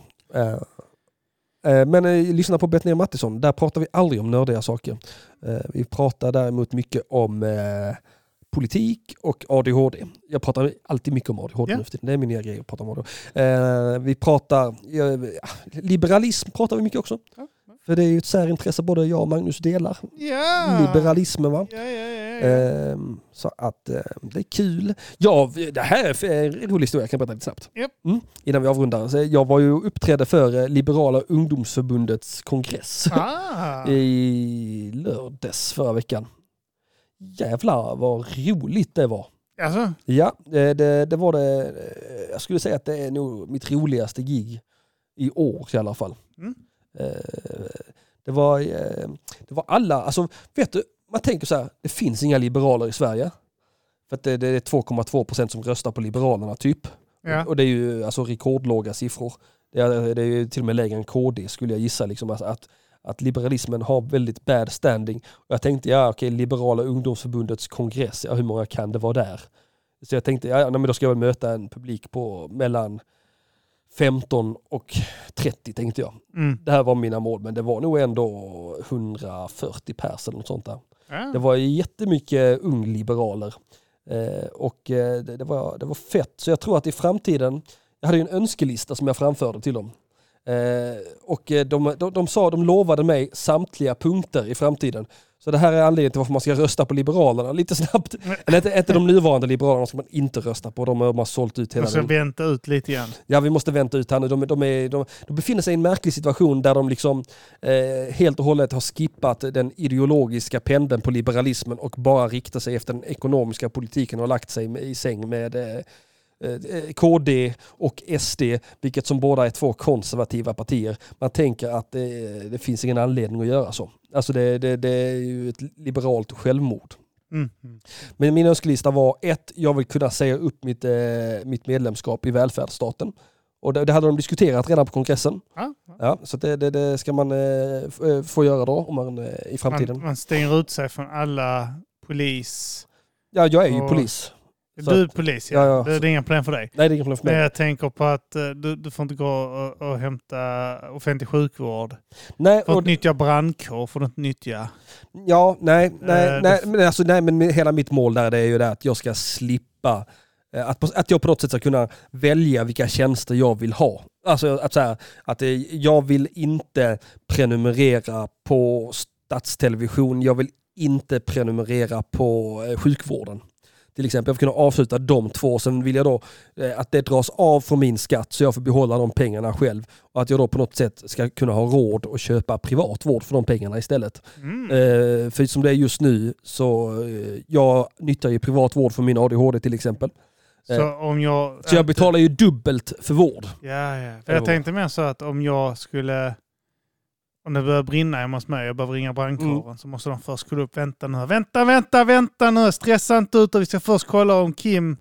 Men lyssna på Betnér Mattisson. Där pratar vi aldrig om nördiga saker. Vi pratar däremot mycket om politik och ADHD. Jag pratar alltid mycket om ADHD nu. Det är min egen grej att prata om ADHD. Vi pratar liberalism pratar vi mycket också. Ja. För det är ju ett särintresse både jag och Magnus delar. Ja. Liberalismen, va? Ja. Så att det är kul. Ja, det här är en rolig historia. Jag kan berätta lite snabbt. Yep. Innan vi avrundar. Så jag var ju uppträdde för Liberala ungdomsförbundets kongress i lördags förra veckan. Jävlar vad roligt det var. Alltså? Ja, det var det. Jag skulle säga att det är nog mitt roligaste gig i år i alla fall. Det var alla, alltså vet du, man tänker så här, det finns inga liberaler i Sverige. För att det är 2,2% som röstar på Liberalerna typ. Ja. Och det är ju alltså rekordlåga siffror. Det är ju till och med lägre än KD skulle jag gissa liksom, alltså att liberalismen har väldigt bad standing. Och jag tänkte, Liberala ungdomsförbundets kongress, hur många kan det vara där? Så jag tänkte, men då ska jag väl möta en publik på mellan 15 och 30 tänkte jag. Det här var mina mål, men det var nog ändå 140 pers eller något sånt där. Det var jättemycket ungliberaler. Och det var fett. Så jag tror att i framtiden, jag hade ju en önskelista som jag framförde till dem. Och de lovade mig samtliga punkter i framtiden. Så det här är anledningen till varför man ska rösta på Liberalerna lite snabbt. Eller inte de nuvarande Liberalerna ska man inte rösta på. De har sålt ut hela. Man ska vänta ut lite grann. Ja, vi måste vänta ut här nu. De befinner sig i en märklig situation där de liksom helt och hållet har skippat den ideologiska pendeln på liberalismen och bara riktar sig efter den ekonomiska politiken och lagt sig i säng med KD och SD, vilket som båda är 2 konservativa partier. Man tänker att det finns ingen anledning att göra så. Alltså det är ju ett liberalt självmord. Men min önskelista var 1. Jag vill kunna säga upp mitt medlemskap i välfärdsstaten. Och det hade de diskuterat redan på kongressen. Ja, så det ska man få göra då om man i framtiden. Man stänger ut sig från alla polis. Ja, jag är ju polis. Du är polis, ja. Det är inga problem för dig. Nej, det är inga problem för mig. Men jag tänker på att du får inte gå och hämta offentlig sjukvård. Nej, får inte nyttja brandkår, får inte nyttja. Ja, men hela mitt mål där, det är ju det att jag ska slippa att jag på något sätt ska kunna välja vilka tjänster jag vill ha. Alltså att jag vill inte prenumerera på statstelevision, jag vill inte prenumerera på sjukvården. Till exempel, jag vill kunna avsluta de 2. Sen vill jag då att det dras av från min skatt så jag får behålla de pengarna själv. Och att jag då på något sätt ska kunna ha råd att köpa privat vård för de pengarna istället. För som det är just nu så jag nyttjar ju privat vård för min ADHD till exempel. Så jag betalar ju dubbelt för vård. Ja. För jag tänkte mer så att om det börjar brinna hemma hos mig och jag behöver ringa brandkåren så måste de först kolla upp. Vänta nu. Stressa inte ut. Och vi ska först kolla om Kim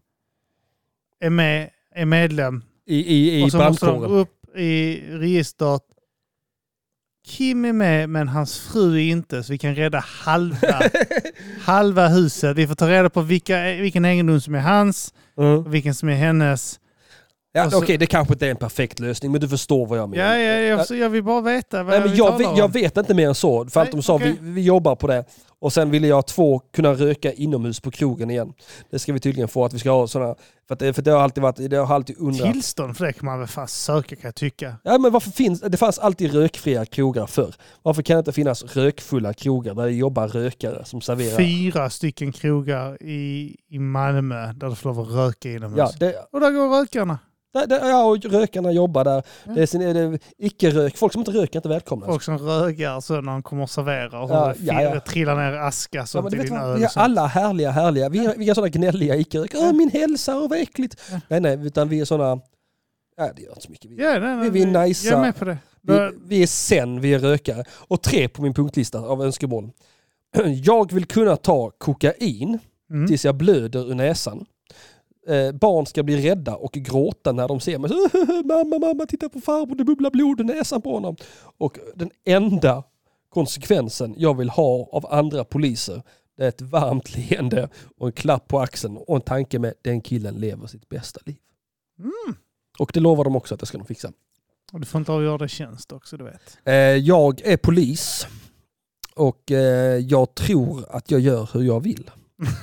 är medlem. I och så brandkåren. måste de upp i registret. Kim är med men hans fru är inte. Så vi kan rädda halva huset. Vi får ta reda på vilken egendom som är hans och vilken som är hennes. Ja, okej, det kanske inte är en perfekt lösning, men du förstår vad jag menar. Jag vill bara veta vad jag vet inte mer än så. För att de sa vi jobbar på det. Och sen ville jag 2 kunna röka inomhus på krogen igen. Det ska vi tydligen få, att vi ska ha sådana. För det har alltid varit, det har alltid undrat. Tillstånd för det kan man väl fast söka, kan jag tycka. Ja, men varför det fanns alltid rökfria krogar förr. Varför kan det inte finnas rökfulla krogar där det jobbar rökare som serverar? 4 stycken krogar i Malmö där du får lov att röka inomhus. Ja, och där går rökarna. Och rökarna jobbar där. Ja. Det är icke-rök. Folk som inte röker är inte välkomna. Folk som rögar så när de kommer och serverar. Och så trillar ner aska så till din öl. Vi är alla härliga. Vi är sådana gnälliga icke-rökare. Min hälsa och vad äckligt. Ja. Nej, utan vi är sådana... Ja, det gör inte så mycket. Vi är nice. Jag är med på det. Vi är vi är rökare. Och 3 på min punktlista av önskemål. Jag vill kunna ta kokain tills jag blöder ur näsan. Barn ska bli rädda och gråta när de ser mig. Mamma, titta på farbror, det bubblar blod i näsan på honom. Och den enda konsekvensen jag vill ha av andra poliser, det är ett varmt leende och en klapp på axeln och en tanke med den killen lever sitt bästa liv. Och det lovar de också att det ska de fixa. Och du får inte avgöra det tjänst också, du vet. Jag är polis och jag tror att jag gör hur jag vill.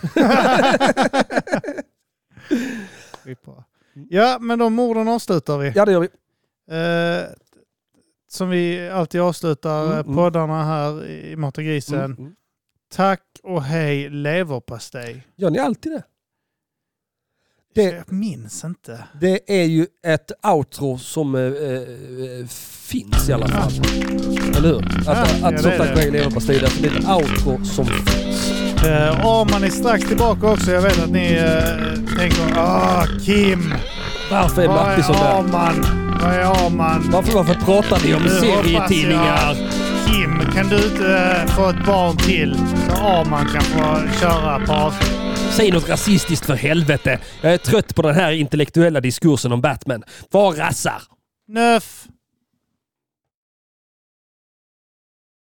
Ja, men de morden avslutar vi. Ja, det gör vi. Som vi alltid avslutar poddarna här i Mat och grisen. Tack och hej leverpastej. Gör ni alltid det? Jag minns inte. Det är ju ett outro som finns i alla fall. Eller hur? Att så tack och hej leverpastej. Det är ett outro som finns. Man är strax tillbaka också. Jag vet att ni tänker, Kim. Varför är Matti så där? Vad är Arman? Varför pratar ni om serietidningar? Kim, kan du inte få ett barn till så Arman kan få köra på? Säg något rasistiskt för helvete. Jag är trött på den här intellektuella diskursen om Batman. Var rassar? Nöff.